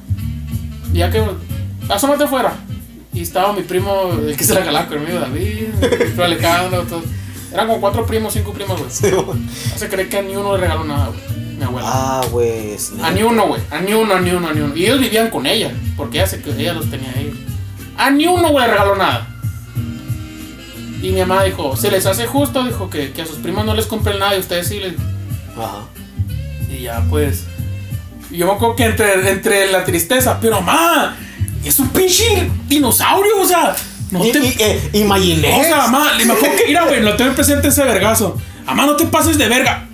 Y ya que, asómate afuera. Y estaba mi primo, el que se la regalaba conmigo, David, Alejandro, todo. Eran como 4 primos, 5 primos, güey. Sí, güey. No se cree que a ni uno le regaló nada, güey. mi abuela. Ah, güey. A ni uno, güey. A ni uno. Y ellos vivían con ella, porque ella los tenía ahí. A ni uno, güey, le regaló nada. Y mi mamá dijo, ¿se les hace justo? Dijo que a sus primos no les compren nada y ustedes sí les... Ajá. Y ya, pues... Yo me acuerdo que entre la tristeza, pero mamá, es un pinche dinosaurio, o sea... No imaginé. O sea, mamá, me acuerdo que... Mira, güey, lo tengo presente ese vergazo. Mamá, no te pases de verga.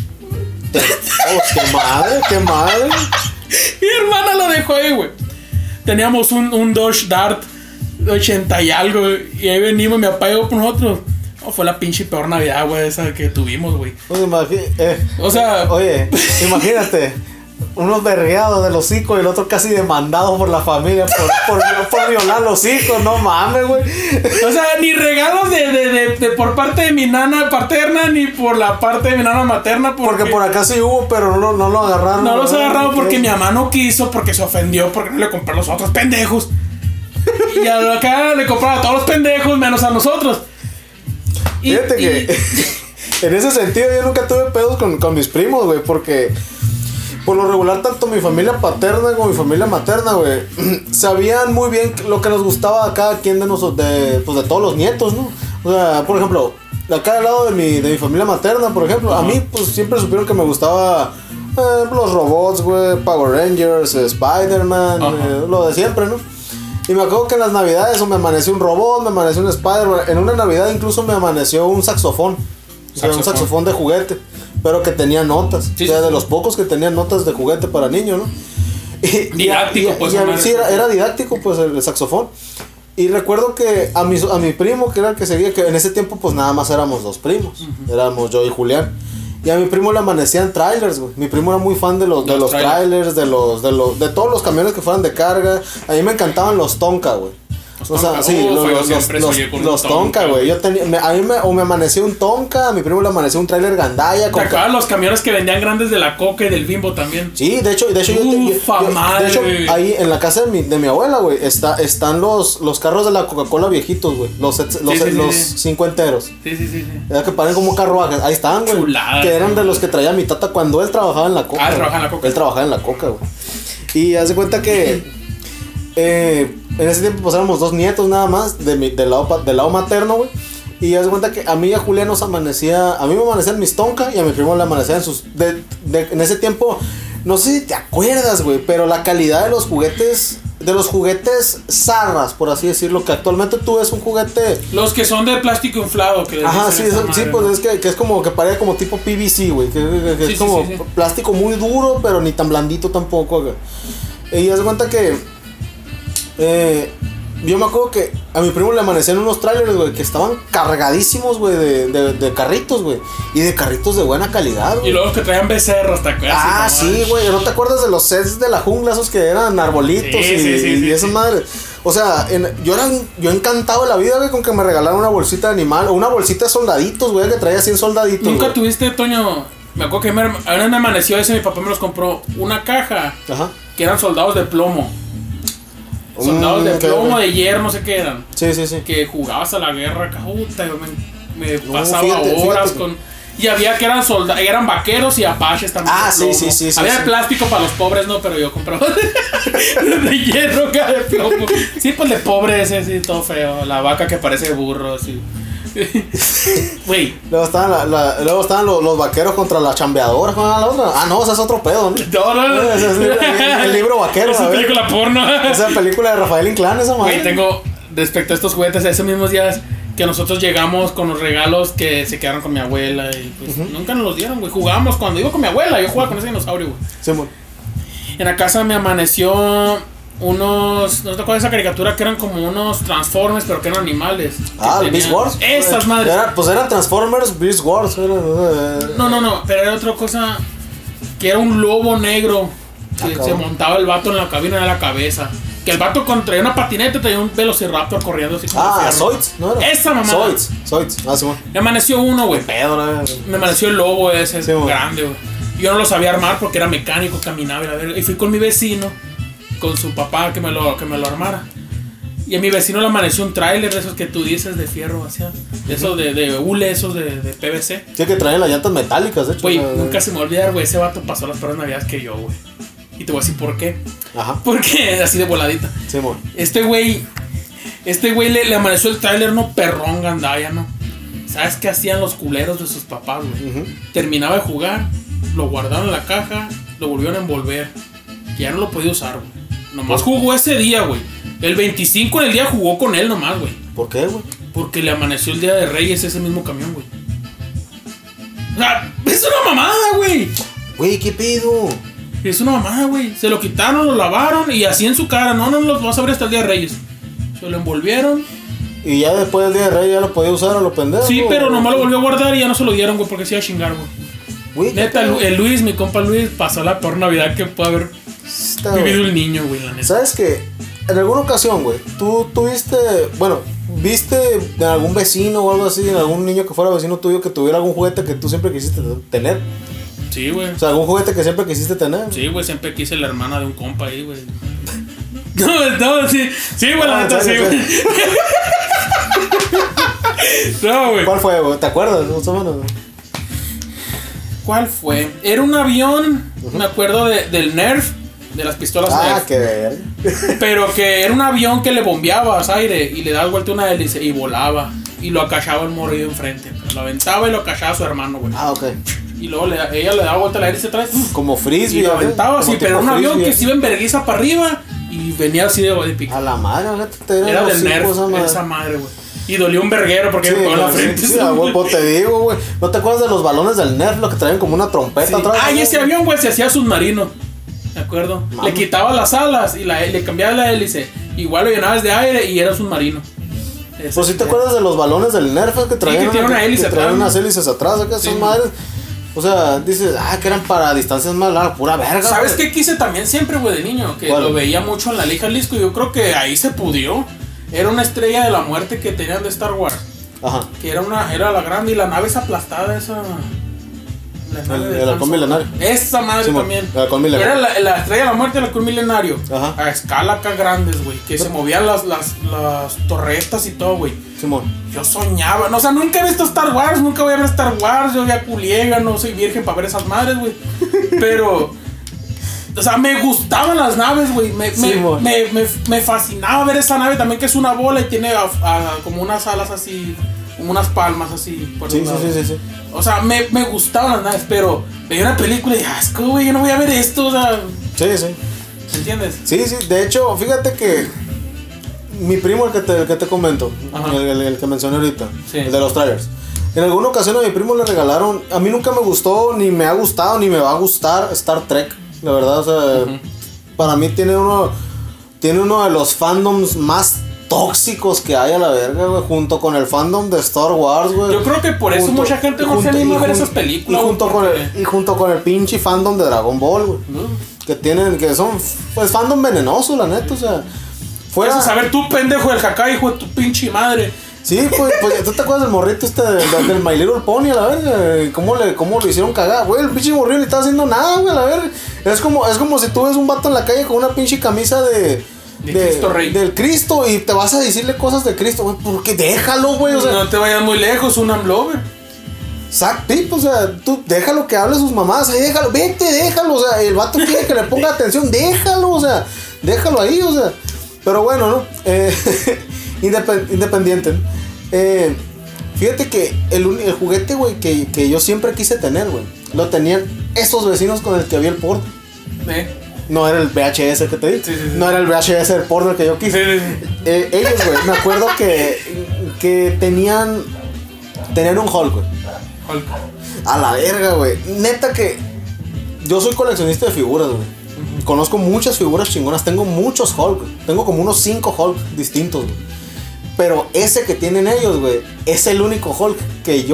Qué madre. Mi hermana lo dejó ahí, güey. Teníamos un Dodge Dart 80 y algo, güey, y ahí venimos, mi papá llegó por nosotros. Fue la pinche peor Navidad, güey, esa que tuvimos, güey. O sea... Oye, imagínate, unos vergueados del hocico y el otro casi demandado por la familia por violar los hijos, no mames, güey. O sea, ni regalos de por parte de mi nana paterna, ni por la parte de mi nana materna. Porque por acá sí hubo, pero no lo agarraron. No los agarraron porque mi mamá no quiso, porque se ofendió, porque no le compró a los otros pendejos. Y acá le compraron a todos los pendejos, menos a nosotros. Fíjate que en ese sentido yo nunca tuve pedos con mis primos, güey, porque por lo regular tanto mi familia paterna como mi familia materna, güey, sabían muy bien lo que nos gustaba a cada quien de nosotros, de todos los nietos, ¿no? O sea, por ejemplo, acá al lado de mi familia materna, por ejemplo, a mí pues siempre supieron que me gustaba los robots, güey, Power Rangers, Spider-Man, lo de siempre, ¿no? Y me acuerdo que en las navidades me amaneció un robot, me amaneció un Spider-Man. En una navidad incluso me amaneció un saxofón. O sea, un saxofón de juguete, pero que tenía notas. Sí, o sea, de los pocos que tenían notas de juguete para niños, ¿no? Didáctico, pues. Sí, era didáctico, pues, el saxofón. Y recuerdo que a mi primo, que era el que seguía, que en ese tiempo pues nada más éramos dos primos. Éramos yo y Julián. Y a mi primo le amanecían trailers, güey. Mi primo era muy fan de los trailers, de todos los camiones que fueran de carga. A mí me encantaban los Tonka, güey. O sea, sí, los Tonka, güey. Me amaneció un Tonka, a mi primo le amaneció un trailer Gandaya. ¿Te acuerdas los camiones que vendían grandes de la Coca y del Bimbo también? Sí, de hecho ahí en la casa de mi abuela, güey, están los carros de la Coca-Cola viejitos, güey. Los 50. Sí. Era que parecen como carruajes. Ahí estaban, güey. Chulada, que eran de los que traía mi tata cuando él trabajaba en la Coca. Él trabajaba en la Coca. Él trabajaba en la Coca, güey. Y haz de cuenta que en ese tiempo pues éramos dos nietos nada más del lado materno, güey. Y haz de cuenta que a mí y a Julián nos amanecía, a mí me amanecían mis Tonka y a mi primo le amanecían sus en ese tiempo, no sé si te acuerdas, güey, pero la calidad de los juguetes zarras, por así decirlo, que actualmente tú ves un juguete, los que son de plástico inflado, que ajá, sí, pues es que es como que parece como tipo PVC, güey, que es como plástico muy duro, pero ni tan blandito tampoco, güey. Y haz de cuenta que yo me acuerdo que a mi primo le amanecían unos trailers, güey, que estaban cargadísimos, güey, de carritos, güey. Y de carritos de buena calidad, güey. Y luego que traían becerros, ¿te acuerdas? Ah, sí, güey. ¿No te acuerdas de los sets de la jungla, esos que eran arbolitos y esas madres? O sea, yo encantado de la vida, güey, con que me regalaron una bolsita de animal o una bolsita de soldaditos, güey, que traía 100 soldaditos. ¿Nunca güey tuviste, Toño? Me acuerdo que a mí me amaneció ese, mi papá me los compró, una caja. Ajá. Que eran soldados de plomo. Soldados de plomo, de hierro, no sé qué eran. Sí. Que jugabas a la guerra, puta, me pasaba horas con... Y había que eran vaqueros y apaches también. Ah, sí. Había plástico para los pobres, no, pero yo compraba de hierro, de plomo. Sí, pues de pobre ese, sí, todo feo. La vaca que parece burro, así. Güey. Luego estaban los vaqueros contra la chambeadora. ¿Cuál era la otra? Ah, no, ese es otro pedo, ¿no? No. Ese es el libro vaquero. Esa película porno. Esa película de Rafael Inclán, esa madre. Güey, tengo respecto a estos juguetes, esos mismos días que nosotros llegamos con los regalos que se quedaron con mi abuela y pues nunca nos los dieron, güey. Jugábamos cuando iba con mi abuela, yo jugaba con ese dinosaurio, güey. Sí, bueno. En la casa me amaneció unos, ¿no te acuerdas de esa caricatura que eran como unos Transformers pero que eran animales? Ah, Beast Wars. Esas madres. Eran Transformers, Beast Wars. No, pero era otra cosa que era un lobo negro que se montaba el vato en la cabina de la cabeza. Que el vato traía una patineta y traía un velociraptor corriendo así como Zoids, ¿no era? Esa mamá. Zoids. Sí, me amaneció uno, güey. Me amaneció el lobo ese, sí, grande, güey. Yo no lo sabía armar porque era mecánico, caminaba y fui con mi vecino, con su papá, que me lo armara. Y Y a mi vecino le amaneció un tráiler de esos que tú dices de fierro, así. Esos de hule, esos de PVC. Sí, que traen las llantas metálicas, de hecho. Güey, nunca se me va a olvidar, güey. Ese vato pasó las peores navidades que yo, güey. Y te voy a decir por qué. Ajá. Porque así de voladita. Sí, amor. Este güey le amaneció el tráiler, no perrón, gandaya, ¿no? ¿Sabes qué hacían los culeros de sus papás, güey? Terminaba de jugar, lo guardaron en la caja, lo volvieron a envolver. Que ya no lo podía usar, güey. Nomás jugó ese día, güey. El 25 en el día jugó con él nomás, güey. ¿Por qué, güey? Porque le amaneció el día de Reyes ese mismo camión, güey. O sea, es una mamada, güey. Güey, ¿qué pedo? Es una mamada, güey. Se lo quitaron, lo lavaron y así en su cara. No los vas a abrir hasta el día de Reyes. Se lo envolvieron. Y ya después del día de Reyes ya lo podía usar a los pendejos. Sí, pero nomás lo volvió a guardar y ya no se lo dieron, güey, porque se iba a chingar, güey. Neta, el Luis, mi compa Luis, pasó la peor Navidad que puede haber vivido el niño, güey, la neta. ¿Sabes qué? En alguna ocasión, güey, tú tuviste, bueno, viste de algún vecino o algo así, de algún niño que fuera vecino tuyo que tuviera algún juguete que tú siempre quisiste tener. Sí, güey. O sea, algún juguete que siempre quisiste tener. Sí, güey, siempre quise la hermana de un compa ahí, güey. No, sí, güey, la neta, sí, güey. No, güey. ¿Cuál fue, güey? ¿Te acuerdas? Más o menos. ¿Cuál fue? Era un avión, me acuerdo del Nerf, de las pistolas Nerf. Ah, qué verga. Pero que era un avión que le bombeabas aire y le daba vuelta una hélice y volaba. Y lo acachaba el morrido enfrente. Lo aventaba y lo acachaba a su hermano, güey. Ah, ok. Y luego ella le daba vuelta la hélice atrás. Como frisbee. Y lo aventaba así, pero era un avión frisbee. que se iba en vergüenza para arriba y venía así de pico. A la madre, era del Nerf, esa madre, güey. Y dolió un verguero porque me pegó en la frente. Sí, güey, te digo, güey. ¿No te acuerdas de los balones del Nerf? Lo que traían como una trompeta atrás. Ah, y ese avión, güey, se hacía submarino. ¿De acuerdo? Le quitaba las alas y le cambiaba la hélice. Igual lo llenabas de aire y era submarino. Pues si te acuerdas de los balones del Nerf que traían, que tiene una hélice atrás, unas ¿no? hélices atrás, acá son madres. O sea, dices, que eran para distancias más largas, pura verga. ¿Sabes qué quise también siempre, güey, de niño? Que lo veía mucho en la Liga Jalisco y yo creo que ahí se pudió. Era una estrella de la muerte que tenían de Star Wars. Ajá. Que era la grande y la nave es aplastada, esa. El halcón milenario. Esa madre también. El halcón milenario. Era la estrella de la muerte del halcón milenario. Ajá. A escala acá grandes, güey. Que se movían las torretas y todo, güey. Simón. Yo soñaba. No, o sea, nunca he visto Star Wars. Nunca voy a ver Star Wars. Yo ya culiega. No soy virgen para ver esas madres, güey. Pero. O sea, me gustaban las naves, güey. Me fascinaba ver esa nave también, que es una bola y tiene como unas alas así. Como unas palmas así. Por Sí. O sea, me gustaban las naves, pero veía una película y dije, asco, güey, yo no voy a ver esto, o sea. Sí. ¿Entiendes? Sí. De hecho, fíjate que mi primo, el que te comento, el que mencioné ahorita, el de los trailers. En alguna ocasión a mi primo le regalaron, a mí nunca me gustó, ni me ha gustado, ni me va a gustar Star Trek, la verdad, o sea, para mí tiene uno de los fandoms más tóxicos que hay a la verga, güey, junto con el fandom de Star Wars, güey. Yo creo que por eso mucha gente no se anima a ver esas películas. Y junto con el pinche fandom de Dragon Ball, güey. Que son, pues, fandom venenoso, la neta, o sea. Fuera. Eso saber tú, pendejo del Hakai, hijo de tu pinche madre. Sí, pues, ¿tú te acuerdas del morrito del My Little Pony, a la verga? ¿Cómo lo hicieron cagar? Güey, el pinche morrito ni estaba haciendo nada, güey, a la verga. Es como si tú ves un vato en la calle con una pinche camisa de Cristo Rey. Del Cristo y te vas a decirle cosas de Cristo, güey, porque déjalo, güey, o sea. No te vayas muy lejos, un amlover. Exacto, o sea, tú déjalo que hable sus mamás, ahí déjalo, déjalo, o sea, el vato quiere que le ponga atención, déjalo, o sea, déjalo ahí, o sea. Pero bueno, ¿no? Independiente. Fíjate que el juguete, güey, que yo siempre quise tener, güey, lo tenían esos vecinos con el que había el porno. No era el VHS que te di. Sí. No era el VHS el porno que yo quise. Ellos, güey, me acuerdo que tenían un Hulk, güey. Hulk. A la verga, güey. Neta que yo soy coleccionista de figuras, güey. Conozco muchas figuras chingonas. Tengo muchos Hulk, güey. Tengo como unos 5 Hulk distintos, güey. Pero ese que tienen ellos, güey, es el único Hulk que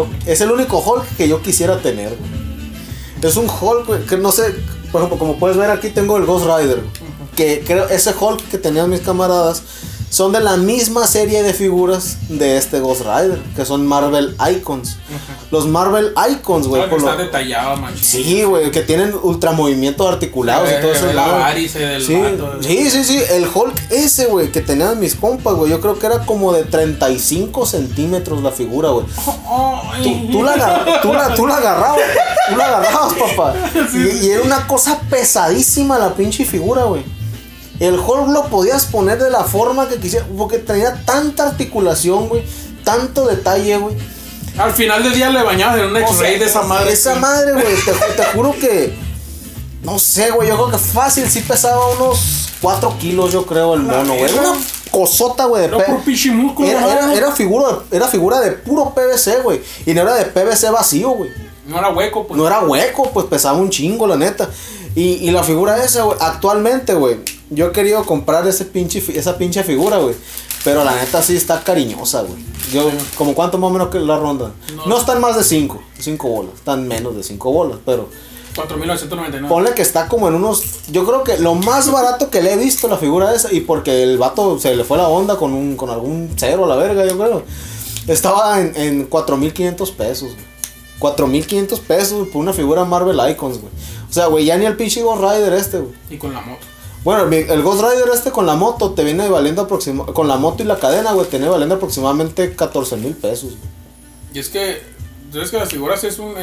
yo quisiera tener, güey. Es un Hulk, güey, que no sé. Por ejemplo, como puedes ver aquí tengo el Ghost Rider, que creo ese Hulk que tenían mis camaradas son de la misma serie de figuras de este Ghost Rider, que son Marvel Icons. Los Marvel Icons, güey. Que están detallados, man. Sí, güey, que tienen ultramovimientos articulados y todo eso. La varice del vato. Sí. El Hulk ese, güey, que tenían mis compas, güey. Yo creo que era como de 35 centímetros la figura, güey. Tú la agarrabas, papá. Y era una cosa pesadísima la pinche figura, güey. El Hulk lo podías poner de la forma que quisieras, porque tenía tanta articulación, güey, tanto detalle, güey. Al final del día le bañabas en un X-ray de esa madre. Esa madre, güey, te juro que, no sé, güey, yo creo que fácil, sí pesaba unos 4 kilos, yo creo, el mono, güey. Era una cosota, güey, de era figura de puro PVC, güey, y no era de PVC vacío, güey. No era hueco, pues. No era hueco, pues pesaba un chingo, la neta. Y la figura esa, güey, actualmente, güey, yo he querido comprar esa pinche figura, güey. Pero la neta sí está cariñosa, güey. Yo, como cuánto más o menos que la ronda. No están más de 5 bolas. Están menos de 5 bolas, pero 4,999. Ponle que está como en unos. Yo creo que lo más barato que le he visto la figura esa. Y porque el vato se le fue la onda con algún cero a la verga, yo creo. Estaba en 4,500 pesos, güey. 4,500 pesos por una figura Marvel Icons, güey. O sea, güey, ya ni el pinche Ghost Rider güey. Y con la moto. Bueno, el Ghost Rider con la moto te viene valiendo con la moto y la cadena, güey, te viene valiendo aproximadamente 14,000 pesos, güey. Y es que las figuras es un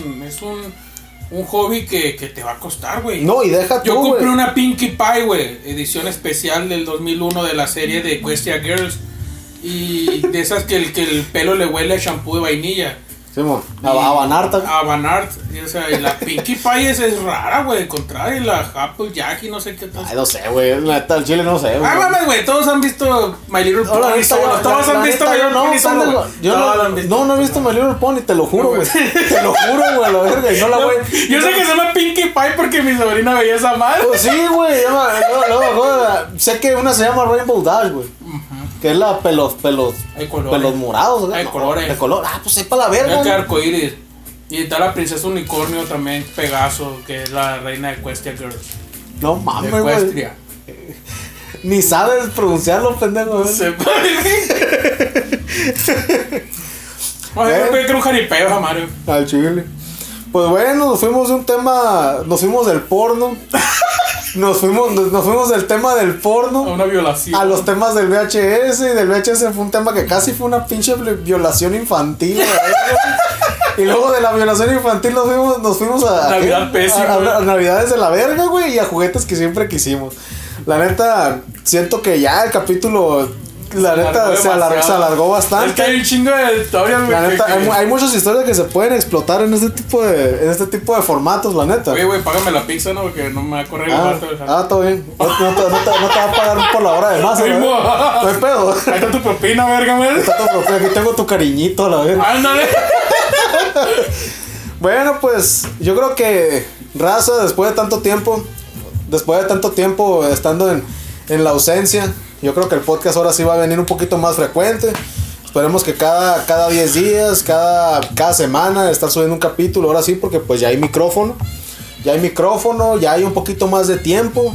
hobby que te va a costar, güey. No, y deja tú, yo compré una Pinkie Pie, güey, edición especial del 2001 de la serie de Equestria Girls. Y de esas que el pelo le huele a shampoo de vainilla. Sí, a Banart. A Banart. O sea, y la Pinkie Pie es rara, güey, de encontrar. Y la Apple Jack y no sé qué tal. Ay, no sé, güey. El chile no sé, güey. Mames, güey. Todos han visto My Little Pony. Todos han visto My Little Pony solo. No he visto My Little Pony, te lo juro, güey. Te lo juro, güey, la verga. Y no la voy. Yo sé que se llama Pinkie Pie porque mi sobrina veía esa madre. Pues sí, güey. Sé que una se llama Rainbow Dash, güey. Que es la pelos morados, ¿no? Hay colores. De color. Pues sepa la verga. Es que arcoíris. Y está la princesa unicornio también, Pegaso, que es la reina de Equestria Girls. No mames, güey. Ni sabes pronunciarlo, pendejo. Se puede. Yo que un jaripeo, a Mario. Al chile. Pues bueno, nos fuimos de un tema. Nos fuimos del porno. Nos fuimos del tema del porno a una violación, a los temas del VHS. Y del VHS fue un tema que casi fue una pinche violación infantil, ¿verdad? Y luego de la violación infantil nos fuimos a Navidad pésima, a Navidades de la verga, güey, y a juguetes que siempre quisimos. La neta, siento que ya el capítulo, la neta, se alargó bastante. Es que hay un chingo de historias, güey. La neta, hay muchas historias que se pueden explotar en este tipo de formatos, la neta. Oye, güey, págame la pizza, ¿no? Porque no me va a correr el rato. Todo bien. No te va a pagar por la hora de más, ¿verdad? No hay pedo. Ahí está tu propina, verga, güey. Está tu propina. Aquí tengo tu cariñito, la verga. Ándale. Bueno, pues, yo creo que raza, después de tanto tiempo estando en la ausencia, yo creo que el podcast ahora sí va a venir un poquito más frecuente. Esperemos que cada 10 días, cada semana estar subiendo un capítulo, ahora sí, porque pues ya hay micrófono, ya hay un poquito más de tiempo.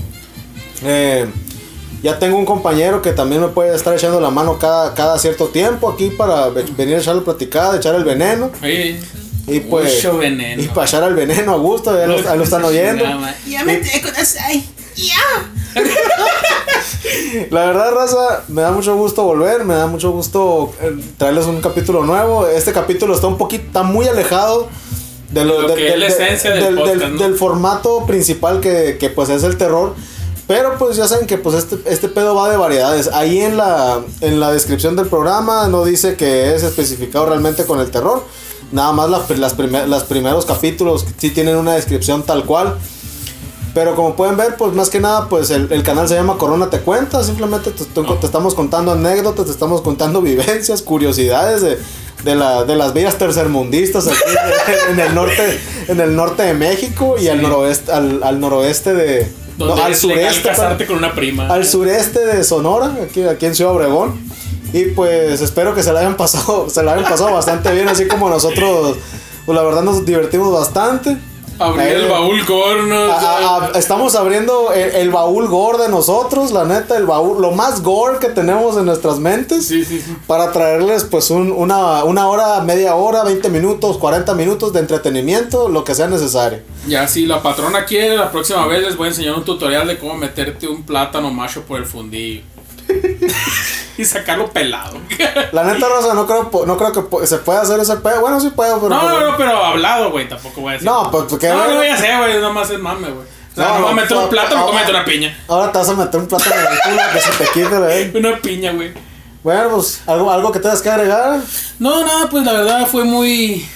Ya tengo un compañero que también me puede estar echando la mano cada cierto tiempo aquí para venir a echarle platicada, echar el veneno. Sí. Y pues, mucho veneno. Y para echar el veneno a gusto, ya lo están oyendo. Ya me te conocéis. Ya. La verdad, raza, me da mucho gusto volver, me da mucho gusto traerles un capítulo nuevo. Este capítulo está muy alejado de lo que es la esencia del podcast, ¿no? Del formato principal que pues es el terror. Pero pues ya saben que pues este pedo va de variedades. Ahí en la descripción del programa no dice que es especificado realmente con el terror. Nada más los primeros capítulos sí tienen una descripción tal cual. Pero como pueden ver, pues más que nada, pues el canal se llama Corona Te Cuenta. Simplemente te estamos contando anécdotas, te estamos contando vivencias, curiosidades de las bellas tercermundistas aquí en el norte de México y sí. al noroeste de... al sureste. Casarte con una prima. Al sureste de Sonora, aquí en Ciudad Obregón. Y pues espero que se la hayan pasado bastante bien, así como nosotros, pues la verdad nos divertimos bastante. Abrir el baúl gore, ¿no? Estamos abriendo el baúl gore de nosotros, la neta, el baúl, lo más gore que tenemos en nuestras mentes. Sí. Para traerles pues una hora, media hora, 20 minutos, 40 minutos de entretenimiento, lo que sea necesario. Ya si la patrona quiere, la próxima vez les voy a enseñar un tutorial de cómo meterte un plátano macho por el fundillo. Y sacarlo pelado. La neta, Rosa, no creo que se pueda hacer ese pedo. Bueno, sí puedo, pero... No, pero hablado, güey, tampoco voy a decir. No, pues porque... No voy a hacer, güey, nomás es mame, güey. O sea, no voy a meter un plátano, me voy a meter una piña. Ahora te vas a meter un plátano en el culo que se te quite, güey. Una piña, güey. Bueno, pues, ¿algo que tengas que agregar? No, nada, pues la verdad fue muy...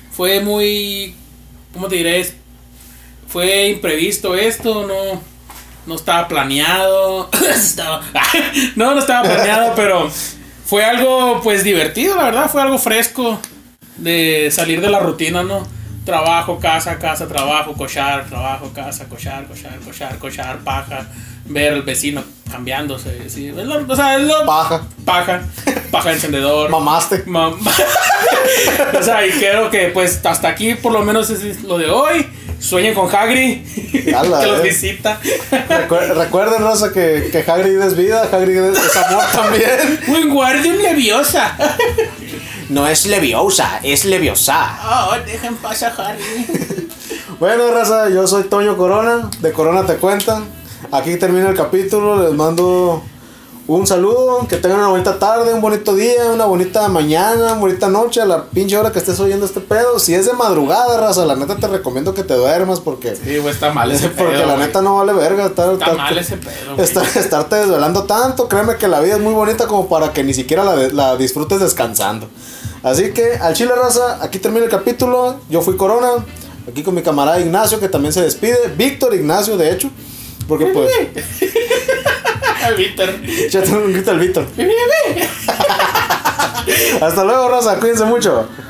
¿Cómo te diré? Fue imprevisto esto, no estaba planeado. No estaba planeado, pero fue algo pues divertido, la verdad, fue algo fresco de salir de la rutina, ¿no? Trabajo, casa, trabajo, cochar, trabajo, casa, cochar, paja, ver al vecino cambiándose, ¿sí? Paja encendedor. Mamaste. O sea, y creo que pues hasta aquí por lo menos es lo de hoy. Sueñen con Hagrid, que los visita. Recuerden, Rosa, que Hagrid es vida, Hagrid es amor también. Wingardium Leviosa. No es Leviosa, es Leviosa. Oh, dejen pasar a Harry. Bueno, Rosa, yo soy Toño Corona, de Corona Te Cuenta. Aquí termina el capítulo, les mando un saludo, que tengan una bonita tarde, un bonito día, una bonita mañana, una bonita noche, a la pinche hora que estés oyendo este pedo. Si es de madrugada, Raza, la neta te recomiendo que te duermas porque... Sí, güey, está mal ese pedo, porque la neta no vale verga está mal ese pedo, estarte desvelando tanto. Créeme que la vida es muy bonita como para que ni siquiera la disfrutes descansando. Así que, al chile, Raza, aquí termina el capítulo. Yo fui Corona, aquí con mi camarada Ignacio, que también se despide. Víctor Ignacio, de hecho, porque pues... El Víctor. Ya tengo un grito al Víctor. Hasta luego, Rosa. Cuídense mucho.